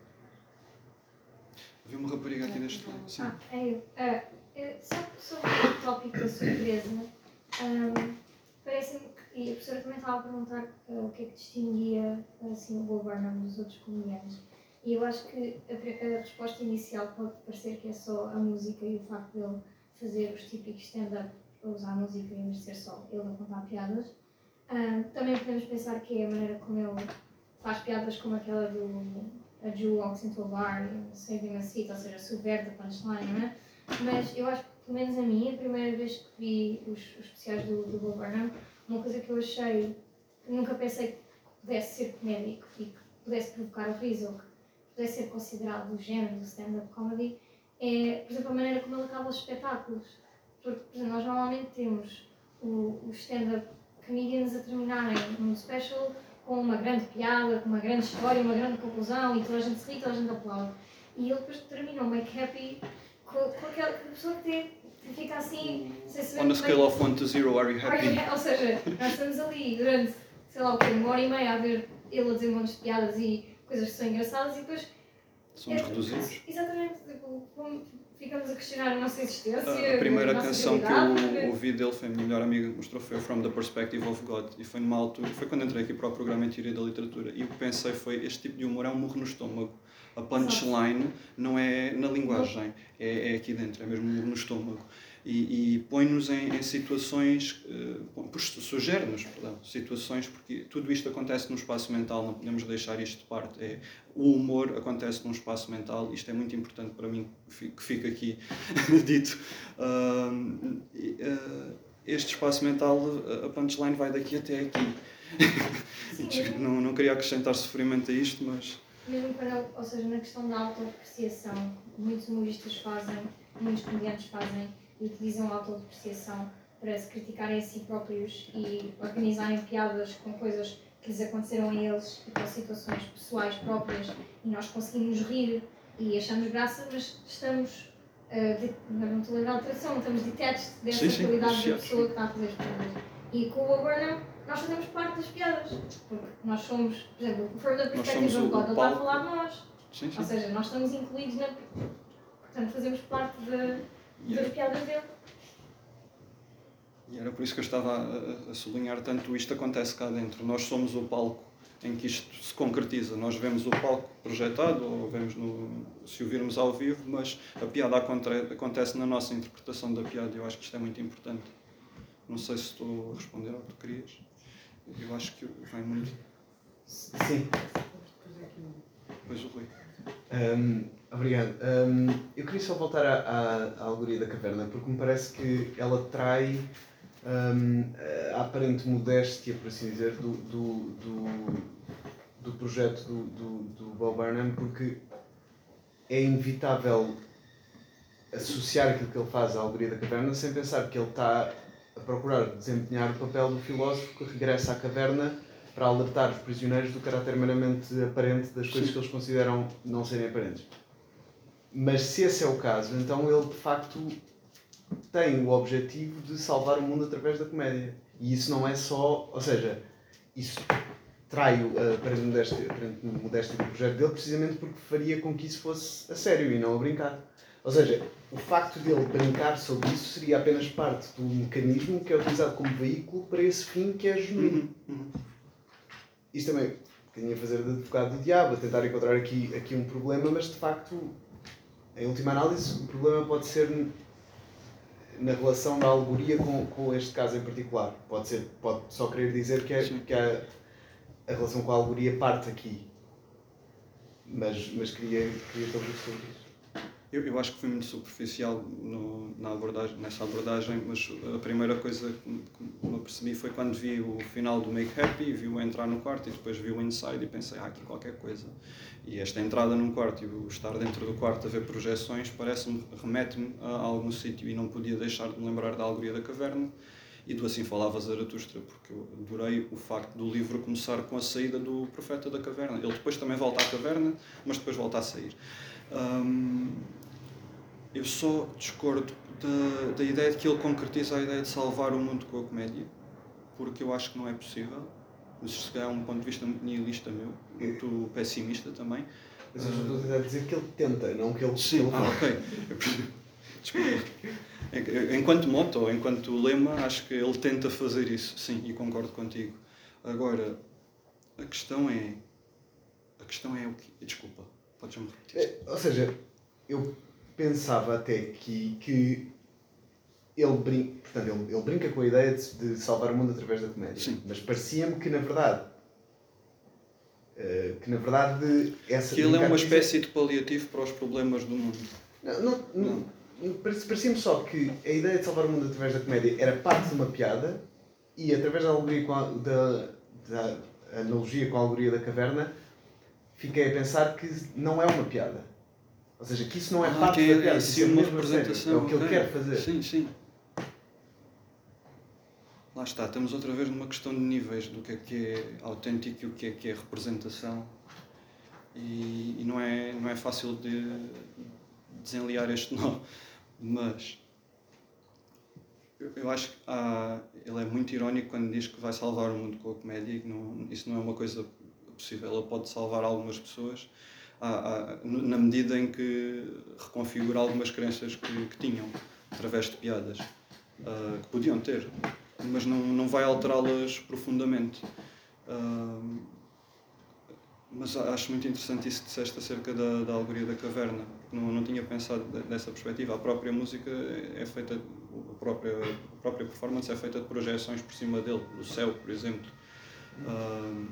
Havia uma rapariga aqui deste lado. Sim. Ah, é eu. Uh, eu só sobre o tópico da surpresa, um, parece-me que, e a professora também estava a perguntar uh, o que é que distinguia assim, o Bo Burnham dos outros comediantes. E eu acho que a, a resposta inicial pode parecer que é só a música e o facto de ele fazer os típicos stand-up, usar a música em vez de ser só ele a contar piadas. Uh, também podemos pensar que é a maneira como ele faz piadas como aquela do a Jew walks into a bar and saving a seat, ou seja, subverte a punchline, não é? Mas eu acho que, pelo menos a mim, a primeira vez que vi os, os especiais do, do Bo Burnham, uma coisa que eu achei, que nunca pensei que pudesse ser comédico e que pudesse provocar o riso, ou que pudesse ser considerado do género do stand-up comedy, é, por exemplo, a maneira como ele acaba os espetáculos. Porque, por exemplo, nós normalmente temos os stand-up comedians a terminarem num special com uma grande piada, com uma grande história, uma grande conclusão, e toda a gente se ri, toda a gente aplaude. E ele depois termina o make happy com, com aquela pessoa que, tem, que fica assim, sem saber. On a scale of one to zero, are you happy? Are you, ou seja, nós estamos ali durante, sei lá o quê, uma hora e meia a ver ele a dizer um monte de piadas e coisas que são engraçadas e depois... Somos é, reduzidos. Exatamente, tipo, ficamos a questionar a nossa existência. A primeira a nossa canção que realidade, eu ouvi dele foi a minha melhor amiga que mostrou, foi From the Perspective of God, e foi numa altura, foi quando entrei aqui para o programa em Teoria da Literatura, e o que pensei foi, este tipo de humor é um murro no estômago. A punchline não é na linguagem, é, é aqui dentro, é mesmo um murro no estômago. E, e põe-nos em, em situações, uh, sugere-nos, perdão, situações, porque tudo isto acontece num espaço mental, não podemos deixar isto de parte. É, o humor acontece num espaço mental, isto é muito importante para mim, que fica aqui dito. Uh, uh, este espaço mental, a punchline vai daqui até aqui. não, não queria acrescentar sofrimento a isto, mas... Mesmo quando, ou seja, na questão da autodepreciação, muitos humoristas fazem, muitos comediantes fazem, e utilizam a autodepreciação para se criticarem a si próprios e organizarem piadas com coisas que lhes aconteceram a eles e com situações pessoais próprias, e nós conseguimos rir e achamos graça, mas estamos, uh, de, não estou a lembrar de tradução, estamos detached dessa sim, sim, qualidade sim, da pessoa que está a fazer as piadas. E com o Bo Burnham, nós fazemos parte das piadas, porque nós somos, por exemplo, o From the Perspective of God, ele está a falar de nós, sim, sim. ou seja, nós estamos incluídos na... Portanto, fazemos parte de... das piadas dele. E era por isso que eu estava a, a sublinhar tanto isto acontece cá dentro. Nós somos o palco em que isto se concretiza. Nós vemos o palco projetado, ou vemos no, se o virmos ao vivo, mas a piada acontece na nossa interpretação da piada. Eu acho que isto é muito importante. Não sei se estou a responder ao que tu querias. Eu acho que vai muito... Sim. depois o Rui. Um, obrigado. Um, eu queria só voltar à, à, à alegoria da caverna, porque me parece que ela trai um, a aparente modéstia, por assim dizer, do, do, do, do projeto do, do, do Bo Burnham, porque é inevitável associar aquilo que ele faz à alegoria da caverna sem pensar que ele está a procurar desempenhar o papel do filósofo que regressa à caverna para alertar os prisioneiros do caráter meramente aparente das coisas que eles consideram não serem aparentes. Mas se esse é o caso, então ele de facto tem o objetivo de salvar o mundo através da comédia. E isso não é só... Ou seja, isso trai a aparente modéstia, a aparente modéstia do projeto dele precisamente porque faria com que isso fosse a sério e não a brincar. Ou seja, o facto de ele brincar sobre isso seria apenas parte do mecanismo que é utilizado como veículo para esse fim que é genuíno. Uhum. Uhum. Isto também, um bocadinho a fazer de advogado do diabo, a tentar encontrar aqui, aqui um problema, mas de facto, em última análise, o problema pode ser na relação da alegoria com, com este caso em particular. Pode, ser, pode só querer dizer que, é, que a, a relação com a alegoria parte aqui. Mas, mas queria, queria ter visto sobre isso. Eu, eu acho que fui muito superficial no, na abordagem, nessa abordagem, mas a primeira coisa que me percebi foi quando vi o final do Make Happy, vi-o entrar no quarto e depois vi o Inside e pensei, ah, aqui qualquer coisa. E esta entrada num quarto e o estar dentro do quarto a ver projeções parece-me, remete-me a algum sítio e não podia deixar de me lembrar da Alegoria da Caverna e do Assim Falava Zaratustra, porque eu adorei o facto do livro começar com a saída do Profeta da Caverna. Ele depois também volta à caverna, mas depois volta a sair. Hum, eu só discordo da, da ideia de que ele concretiza a ideia de salvar o mundo com a comédia, porque eu acho que não é possível. Mas se calhar é um ponto de vista muito nihilista meu, muito pessimista também. Mas eu estou a tentar dizer que ele tenta, não que ele... Sim, ah, ok. Desculpa. Enquanto motto, ou enquanto lema, acho que ele tenta fazer isso, sim, e concordo contigo. Agora, a questão é... A questão é o quê? Desculpa, podes-me repetir? É, ou seja, eu pensava até que, que ele, brin... Portanto, ele, ele brinca com a ideia de, de salvar o mundo através da comédia. Sim. Mas parecia-me que, na verdade... Uh, que, na verdade, essa... Que ele é uma espécie de paliativo para os problemas do mundo. Não, não, não. não. Parecia-me só que a ideia de salvar o mundo através da comédia era parte de uma piada e, através da, alegoria com a, da, da analogia com a alegoria da caverna, fiquei a pensar que não é uma piada. Ou seja, que isso não é ah, parte que é, da piada, é, isso é uma mesmo representação. É o que okay. ele quer fazer. Sim, sim. Lá está, estamos outra vez numa questão de níveis do que é que é autêntico e o que é que é representação. E, e não, é, não é fácil de desenliar este nó. Mas eu, eu acho que há, ele é muito irónico quando diz que vai salvar o mundo com a comédia e que não, isso não é uma coisa possível. Ele pode salvar algumas pessoas há, há, na medida em que reconfigura algumas crenças que, que tinham, através de piadas, uh, que podiam ter, mas não, não vai alterá-las profundamente. Uh, mas acho muito interessante isso que disseste acerca da, da alegoria da caverna. Não, não tinha pensado dessa perspectiva. A própria música é feita, a própria, a própria performance é feita de projeções por cima dele, do céu, por exemplo. Uh,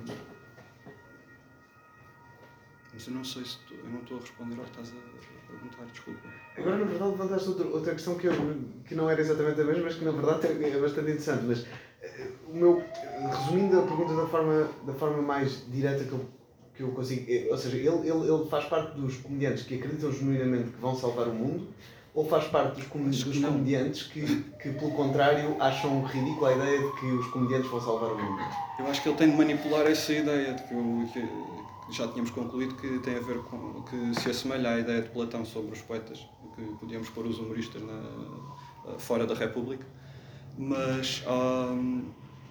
mas eu não sei se tu, eu não estou a responder ao que estás a perguntar, desculpa. Agora, na verdade, levantaste outra, outra questão que, eu, que não era exatamente a mesma, mas que na verdade é bastante interessante. Mas o meu, resumindo a pergunta da forma, da forma mais direta que eu, que eu consigo, ou seja, ele, ele, ele faz parte dos comediantes que acreditam genuinamente que vão salvar o mundo, ou faz parte dos, com, dos comediantes que, que, pelo contrário, acham ridícula a ideia de que os comediantes vão salvar o mundo? Eu acho que ele tem de manipular essa ideia de que, eu, que já tínhamos concluído que tem a ver com, que se assemelha à ideia de Platão sobre os poetas, que podíamos pôr os humoristas na, fora da República. Mas um,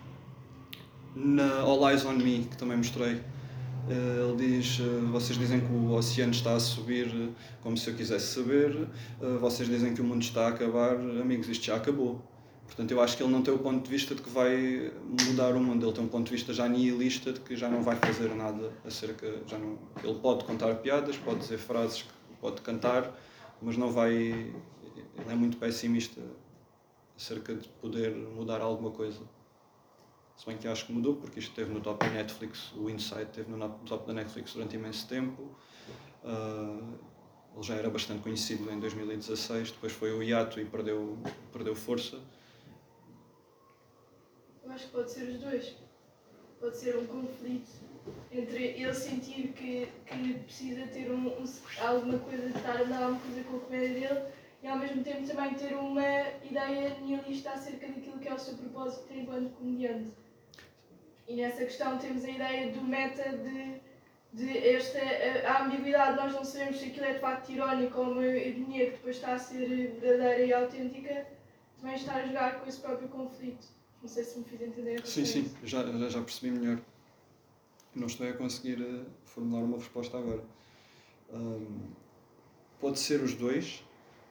na All Eyes on Me, que também mostrei, ele diz, vocês dizem que o oceano está a subir como se eu quisesse saber, vocês dizem que o mundo está a acabar, amigos, isto já acabou. Portanto, eu acho que ele não tem o ponto de vista de que vai mudar o mundo, ele tem um ponto de vista já nihilista de que já não vai fazer nada acerca, já não, ele pode contar piadas, pode dizer frases, pode cantar, mas não vai, ele é muito pessimista acerca de poder mudar alguma coisa se bem que acho que mudou, porque isto esteve no top da Netflix, o Inside esteve no top da Netflix durante imenso tempo. Uh, ele já era bastante conhecido em dois mil e dezasseis, depois foi o hiato e perdeu, perdeu força. Eu acho que pode ser os dois. Pode ser um conflito entre ele sentir que, que precisa ter um, um, alguma coisa, de estar a dar alguma coisa com a comédia dele, e ao mesmo tempo também ter uma ideia nihilista acerca daquilo que é o seu propósito enquanto comediante. E nessa questão temos a ideia do meta de, de esta a, a ambiguidade, nós não sabemos se aquilo é de facto irónico ou uma ironia que depois está a ser verdadeira e autêntica, também está a jogar com esse próprio conflito. Não sei se me fiz entender a Sim, sim, já, já percebi melhor. Não estou a conseguir uh, formular uma resposta agora. Um, pode ser os dois.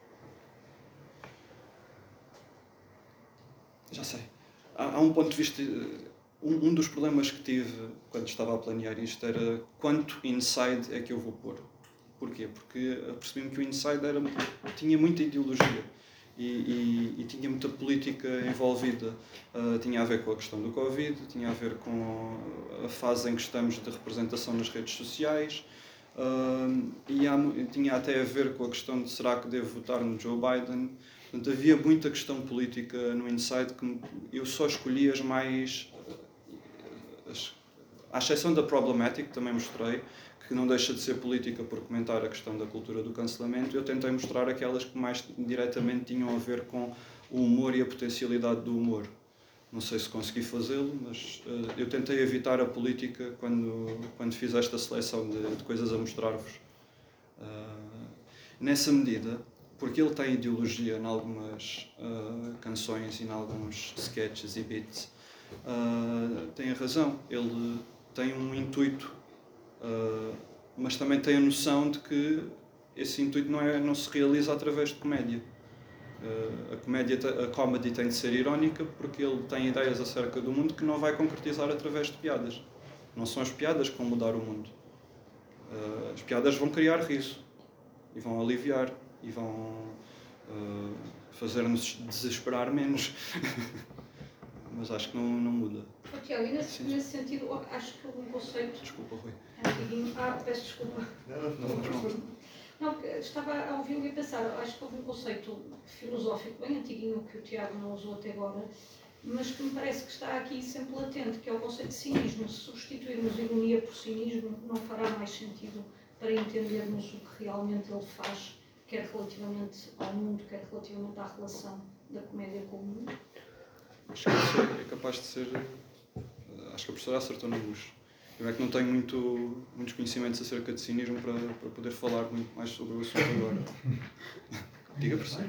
Já sei. Há, há um ponto de vista... Um, um dos problemas que tive quando estava a planear isto era quanto inside é que eu vou pôr. Porquê? Porque percebi-me que o inside era, tinha muita ideologia. E, e, e tinha muita política envolvida. Uh, tinha a ver com a questão do Covid, tinha a ver com a fase em que estamos de representação nas redes sociais, uh, e há, tinha até a ver com a questão de será que devo votar no Joe Biden. Portanto, havia muita questão política no Inside que eu só escolhi as mais... As, à exceção da Problematic, que também mostrei, que não deixa de ser política por comentar a questão da cultura do cancelamento, eu tentei mostrar aquelas que mais diretamente tinham a ver com o humor e a potencialidade do humor. Não sei se consegui fazê-lo, mas uh, eu tentei evitar a política quando, quando fiz esta seleção de, de coisas a mostrar-vos. Uh, nessa medida, porque ele tem ideologia em algumas uh, canções e em alguns sketches e beats, uh, tem a razão, ele tem um intuito. Uh, mas também tem a noção de que esse intuito não, é, não se realiza através de comédia. Uh, a comédia, a comedy tem de ser irónica porque ele tem ideias acerca do mundo que não vai concretizar através de piadas. Não são as piadas que vão mudar o mundo. Uh, as piadas vão criar riso e vão aliviar e vão uh, fazer-nos desesperar menos. Mas acho que não, não muda. Oh, Tiago, e nesse, nesse sentido, acho que houve um conceito... Desculpa, Rui. Antiguinho. Ah, peço desculpa. Não, não, não. Não, não porque estava a ouvi-lo e a pensar, acho que houve um conceito filosófico bem antiguinho que o Tiago não usou até agora, mas que me parece que está aqui sempre latente, que é o conceito de cinismo. Se substituirmos ironia por cinismo, não fará mais sentido para entendermos o que realmente ele faz, quer relativamente ao mundo, quer relativamente à relação da comédia com o mundo. Acho que é capaz de ser... Acho que a professora acertou na luz. Eu é que não tenho muito, muitos conhecimentos acerca de cinismo para, para poder falar muito mais sobre o assunto agora. Diga, professor.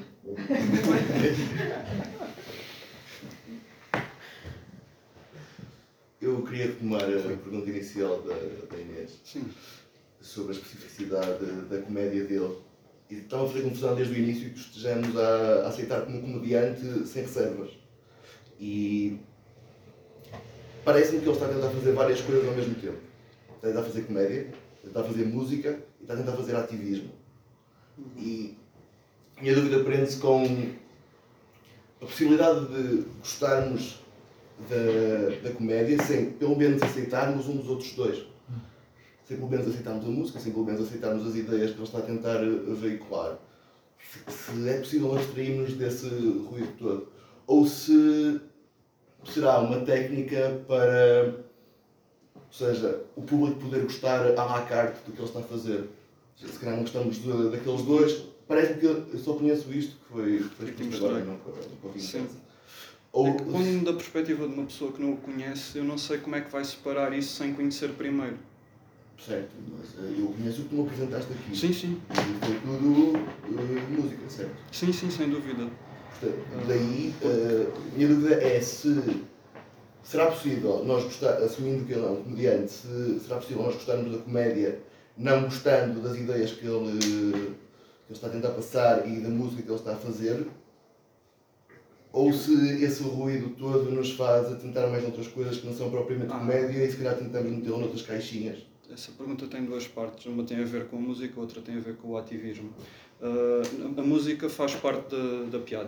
Eu queria retomar a pergunta inicial da, da Inês. Sim. Sobre a especificidade da comédia dele. E estava a fazer confusão desde o início que estejamos a aceitar como comediante sem reservas. E parece-me que ele está a tentar fazer várias coisas ao mesmo tempo. Está a tentar fazer comédia, está a tentar fazer música e está a tentar fazer ativismo. E a minha dúvida prende-se com a possibilidade de gostarmos da, da comédia sem pelo menos aceitarmos um dos outros dois. Sem pelo menos aceitarmos a música, sem pelo menos aceitarmos as ideias que ele está a tentar veicular. Se é possível abstrairmos desse ruído todo. Ou se será uma técnica para, ou seja, o público poder gostar à la carte do que ele está a fazer. Se calhar não gostamos de, daqueles dois, parece-me que eu só conheço isto, que foi, foi exposto agora, não ouvi em casa. Ou, é que, pondo da perspectiva de uma pessoa que não o conhece, eu não sei como é que vai separar isso sem conhecer primeiro. Certo, mas eu conheço o que tu me apresentaste aqui. Sim, sim. E foi tudo uh, música, certo? Sim, sim, sem dúvida. Portanto, daí, uh, a minha dúvida é se será possível nós gostar, assumindo que ele é um comediante, se, será possível nós gostarmos da comédia não gostando das ideias que ele, que ele está a tentar passar e da música que ele está a fazer, ou se esse ruído todo nos faz a tentar mais outras coisas que não são propriamente ah. comédia e se calhar tentamos metê-lo noutras caixinhas. Essa pergunta tem duas partes, uma tem a ver com a música, outra tem a ver com o ativismo. Uh, a música faz parte da, da piada,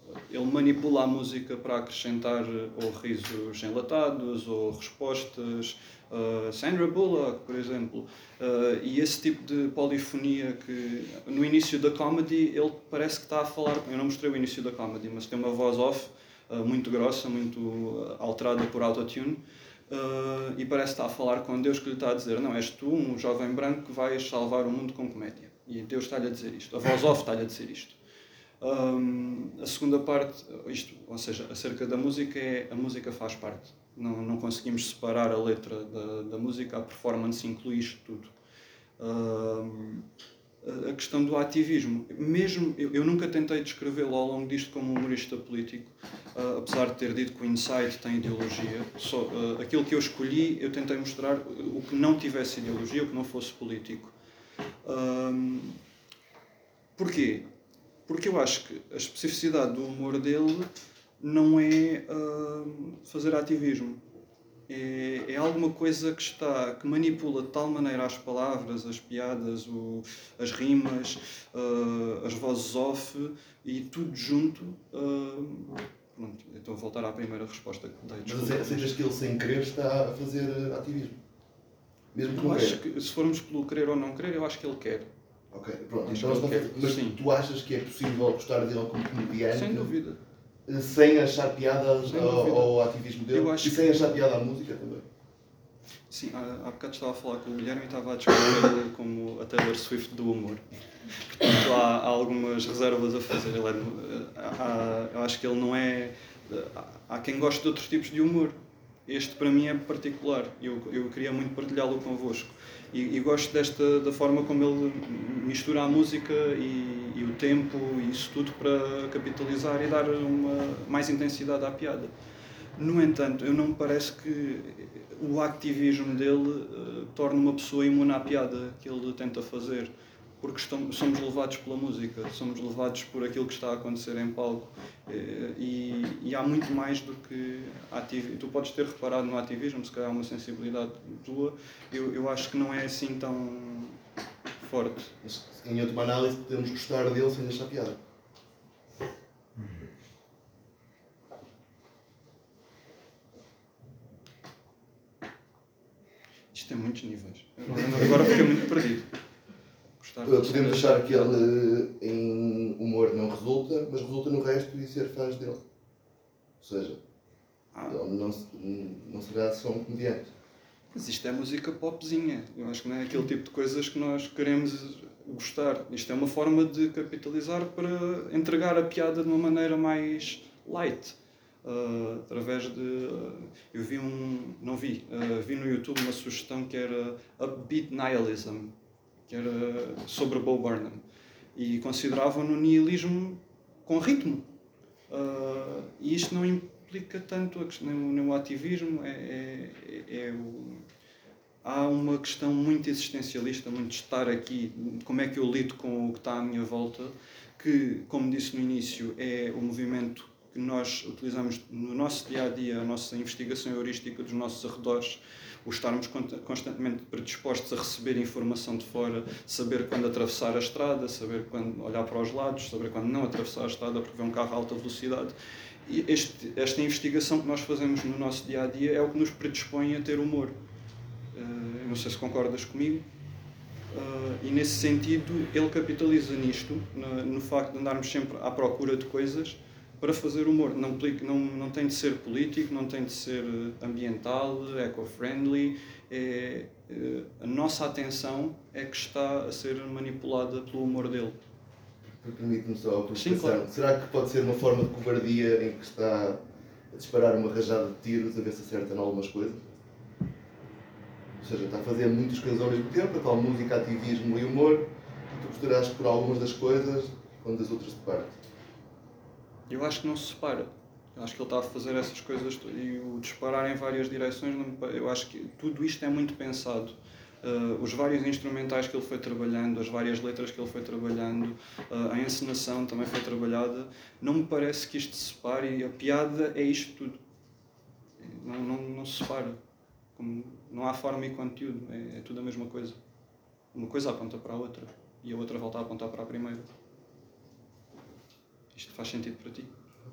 ele manipula a música para acrescentar ou risos enlatados ou respostas. Uh, Sandra Bullock, por exemplo. Uh, e esse tipo de polifonia que no início da comedy ele parece que está a falar. Eu não mostrei o início da comedy, mas tem uma voz off uh, muito grossa, muito uh, alterada por autotune. Uh, e parece que está a falar com Deus, que lhe está a dizer: não, és tu, um jovem branco, que vais salvar o mundo com comédia. E Deus está-lhe a dizer isto. A voz off está-lhe a dizer isto. Um, a segunda parte, isto, ou seja, acerca da música, é a música faz parte. Não, não conseguimos separar a letra da, da música, a performance inclui isto tudo. Um, a questão do ativismo, mesmo eu, eu nunca tentei descrevê-lo ao longo disto como humorista político, uh, apesar de ter dito que o Insight tem ideologia. Só, uh, aquilo que eu escolhi, eu tentei mostrar o que não tivesse ideologia, o que não fosse político. Um, porquê? Porque eu acho que a especificidade do humor dele não é uh, fazer ativismo. É, é alguma coisa que está, que manipula de tal maneira as palavras, as piadas, o, as rimas, uh, as vozes off e tudo junto. Uh, pronto, então vou voltar à primeira resposta que dei. Mas aceitas que ele sem querer está a fazer ativismo? Mesmo que não eu acho queira? que se formos pelo querer ou não querer, eu acho que ele quer. Ok, pronto. Acho Então, que ele quer. mas Sim. tu achas que é possível gostar dele como comediante? Sem dúvida. Sem achar piadas Sem ao, dúvida. ao ativismo dele? Eu acho E sem achar piada à música também? Sim, há, há bocado estava a falar com o Guilherme e estava a descrever como a Taylor Swift do humor. Portanto, há, há algumas reservas a fazer. Ele é, há, eu acho que ele não é... Há, há quem goste de outros tipos de humor. Este, para mim, é particular. Eu, eu queria muito partilhá-lo convosco. E, e gosto desta, da forma como ele mistura a música e, e o tempo e isso tudo para capitalizar e dar uma, mais intensidade à piada. No entanto, eu não me parece que o ativismo dele uh, torne uma pessoa imune à piada que ele tenta fazer, porque estamos, somos levados pela música, somos levados por aquilo que está a acontecer em palco, e, e há muito mais do que ativismo. Tu podes ter reparado no ativismo, se calhar é uma sensibilidade tua, eu, eu acho que não é assim tão forte. Mas, em última análise, podemos gostar dele sem achar piada. Isto tem muitos níveis. Agora fiquei muito perdido. Gostar, Podemos achar que ele em humor não resulta, mas resulta no resto e ser fãs dele. Ou seja, ah. ele não, não será só um comediante. Mas isto é música popzinha. Eu acho que não é aquele tipo de coisas que nós queremos gostar. Isto é uma forma de capitalizar para entregar a piada de uma maneira mais light. Uh, através de... Uh, eu vi um... não vi. Uh, vi no YouTube uma sugestão que era Upbeat Nihilism, que era sobre Bo Burnham. E consideravam no nihilismo com ritmo. Uh, e isto não implica tanto a questão, nem o ativismo. É, é, é o... Há uma questão muito existencialista, muito de estar aqui, como é que eu lido com o que está à minha volta, que, como disse no início, é o movimento que nós utilizamos no nosso dia-a-dia, a nossa investigação heurística dos nossos arredores, o estarmos constantemente predispostos a receber informação de fora, saber quando atravessar a estrada, saber quando olhar para os lados, saber quando não atravessar a estrada porque vê um carro a alta velocidade. E este, esta investigação que nós fazemos no nosso dia-a-dia é o que nos predispõe a ter humor. Uh, não sei se concordas comigo. Uh, e nesse sentido, ele capitaliza nisto, no, no facto de andarmos sempre à procura de coisas para fazer humor. Não, não, não tem de ser político, não tem de ser ambiental, eco-friendly. É, é, a nossa atenção é que está a ser manipulada pelo humor dele. Permite-me só a provocação. Claro. Será que pode ser uma forma de covardia em que está a disparar uma rajada de tiros a ver se acerta em algumas coisas? Ou seja, está a fazer muitas coisas ao mesmo tempo, a tal música, ativismo e humor, e tu gostarás por algumas das coisas quando as outras te partem. Eu acho que não se separa. Eu acho que ele está a fazer essas coisas e o disparar em várias direções, não, eu acho que tudo isto é muito pensado. Uh, os vários instrumentais que ele foi trabalhando, as várias letras que ele foi trabalhando, uh, a encenação também foi trabalhada. Não me parece que isto se separe, e a piada é isto tudo. Não, não, não se separa. Como não há forma e conteúdo, é, é tudo a mesma coisa. Uma coisa aponta para a outra e a outra volta a apontar para a primeira. Isto faz sentido para ti?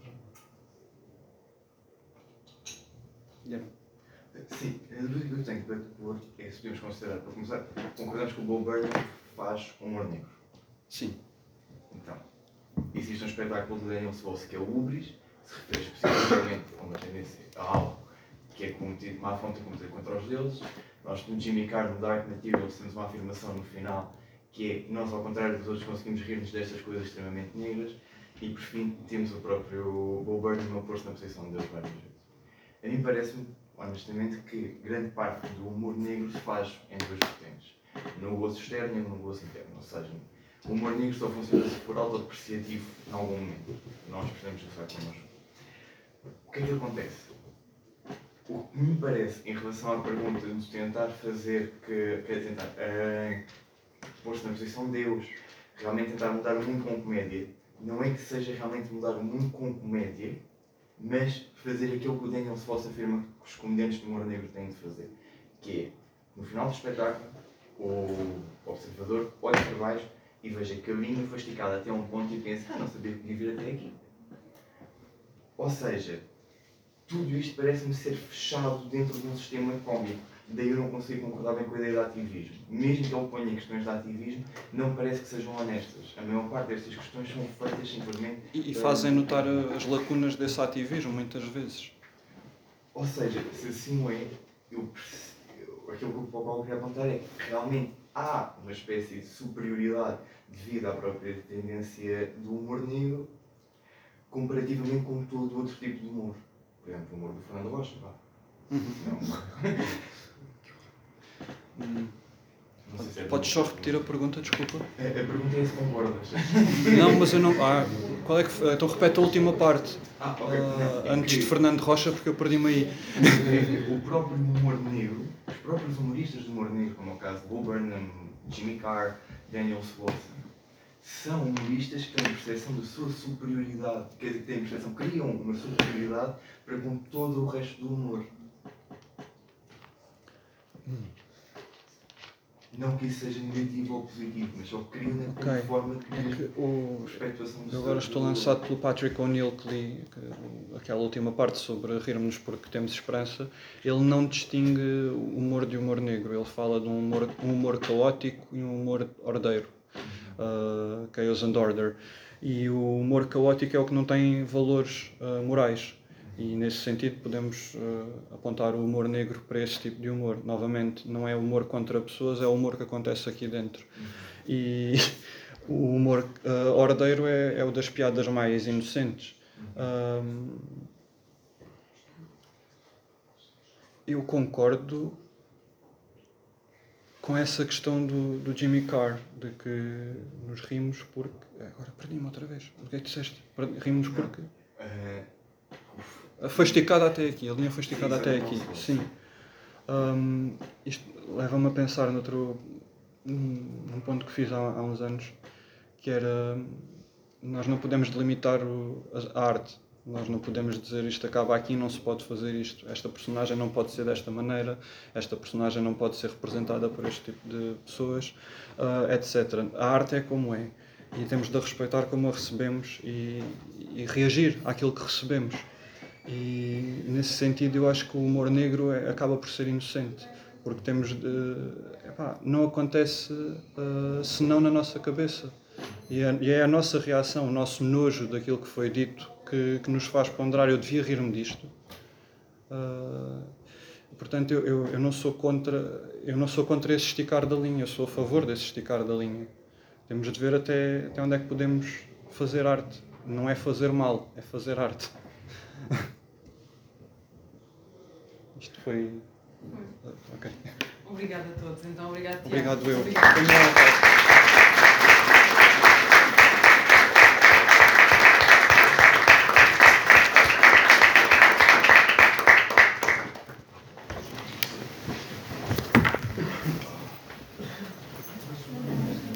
Guilherme. Sim, a dúvida que eu tenho para te pôr é se podemos considerar, para começar, concordamos que o Bo Burnham faz humor negro. Sim. Então, existe um espetáculo de Daniel Sloss que é o Ubris, que se refere especificamente a uma tendência a algo que é cometido, uma afronta cometida contra os deuses. Nós, no Jimmy Carr, no Dark Materials, temos uma afirmação no final que é nós, ao contrário dos outros, conseguimos rir-nos destas coisas extremamente negras. E, por fim, temos o próprio Bo Burnham a pôr-se na posição de Deus várias vezes. A mim parece-me, honestamente, que grande parte do humor negro se faz em duas vertentes. No gozo externo e no gozo interno. Ou seja, o humor negro só funciona se for autodepreciativo em algum momento. Nós precisamos gostar connosco. O que é que acontece? O que me parece, em relação à pergunta de tentar fazer, que, que é tentar uh, pôr-se na posição de Deus, realmente tentar mudar o mundo com comédia, não é que seja realmente mudar o mundo com comédia, mas fazer aquilo que o Daniel Sloss afirma que os comediantes do humor negro têm de fazer, que é, no final do espetáculo, o observador olha para baixo e veja que a linha foi esticada até um ponto e pensa, ah, não sabia que podia vir até aqui. Ou seja, tudo isto parece-me ser fechado dentro de um sistema cómico. Daí eu não consigo concordar bem com a ideia de ativismo. Mesmo que ele ponha questões de ativismo, não parece que sejam honestas. A maior parte destas questões são feitas simplesmente... E, e fazem notar as lacunas desse ativismo, muitas vezes. Ou seja, se assim o é, eu percebo, aquilo que o Paulo queria apontar é que realmente há uma espécie de superioridade devido à própria tendência do humor negro, comparativamente com todo outro tipo de humor. Por exemplo, o humor do Fernando Rocha, vá. Uhum. Não. Hum. Não sei se é Podes só repetir a pergunta, desculpa? A, a pergunta é se concordas. Não, mas eu não... Ah, qual é que foi? Então repete a última parte. Ah, ok. Uh, Não, é antes que... de Fernando Rocha, porque eu perdi-me aí. O próprio humor negro, os próprios humoristas do humor negro, como é o caso de Bo Burnham, Jimmy Carr, Daniel Sloss, são humoristas que têm a percepção da sua superioridade, quer dizer, têm a percepção, criam uma superioridade para com todo o resto do humor. Hum. Não que isso seja negativo ou positivo, mas só criam da Okay. forma que É que o... perpetuação do Eu agora seu- estou lançado pelo Patrick O'Neill, que li que, aquela última parte sobre rirmos porque temos esperança. Ele não distingue o humor de humor negro. Ele fala de um humor, um humor caótico e um humor ordeiro. Uh, Chaos and Order. E o humor caótico é o que não tem valores uh, morais. E nesse sentido podemos uh, apontar o humor negro para esse tipo de humor. Novamente, não é humor contra pessoas, é o humor que acontece aqui dentro. E o humor uh, ordeiro é, é o das piadas mais inocentes. Um, eu concordo com essa questão do, do Jimmy Carr, de que nos rimos porque... Agora perdi-me outra vez. O que é que disseste? Rimos porque... Foi esticada até aqui, a linha foi esticada até aqui. Sim. Um, isto leva-me a pensar noutro, num ponto que fiz há, há uns anos, que era... Nós não podemos delimitar o, a, a arte. Nós não podemos dizer isto acaba aqui, não se pode fazer isto. Esta personagem não pode ser desta maneira, esta personagem não pode ser representada por este tipo de pessoas, uh, etcétera. A arte é como é e temos de a respeitar como a recebemos e, e reagir àquilo que recebemos. E nesse sentido eu acho que o humor negro é, acaba por ser inocente, porque temos de... Epá, não acontece uh, senão na nossa cabeça. E é, e é a nossa reação, o nosso nojo daquilo que foi dito que, que nos faz ponderar, eu devia rir-me disto. Uh, portanto, eu, eu, eu, não sou contra, eu não sou contra esse esticar da linha, eu sou a favor desse esticar da linha. Temos de ver até, até onde é que podemos fazer arte. Não é fazer mal, é fazer arte. Isto foi... Foi. Ok. Obrigada a todos. Então, obrigado, Tiago. Obrigado eu. Obrigado.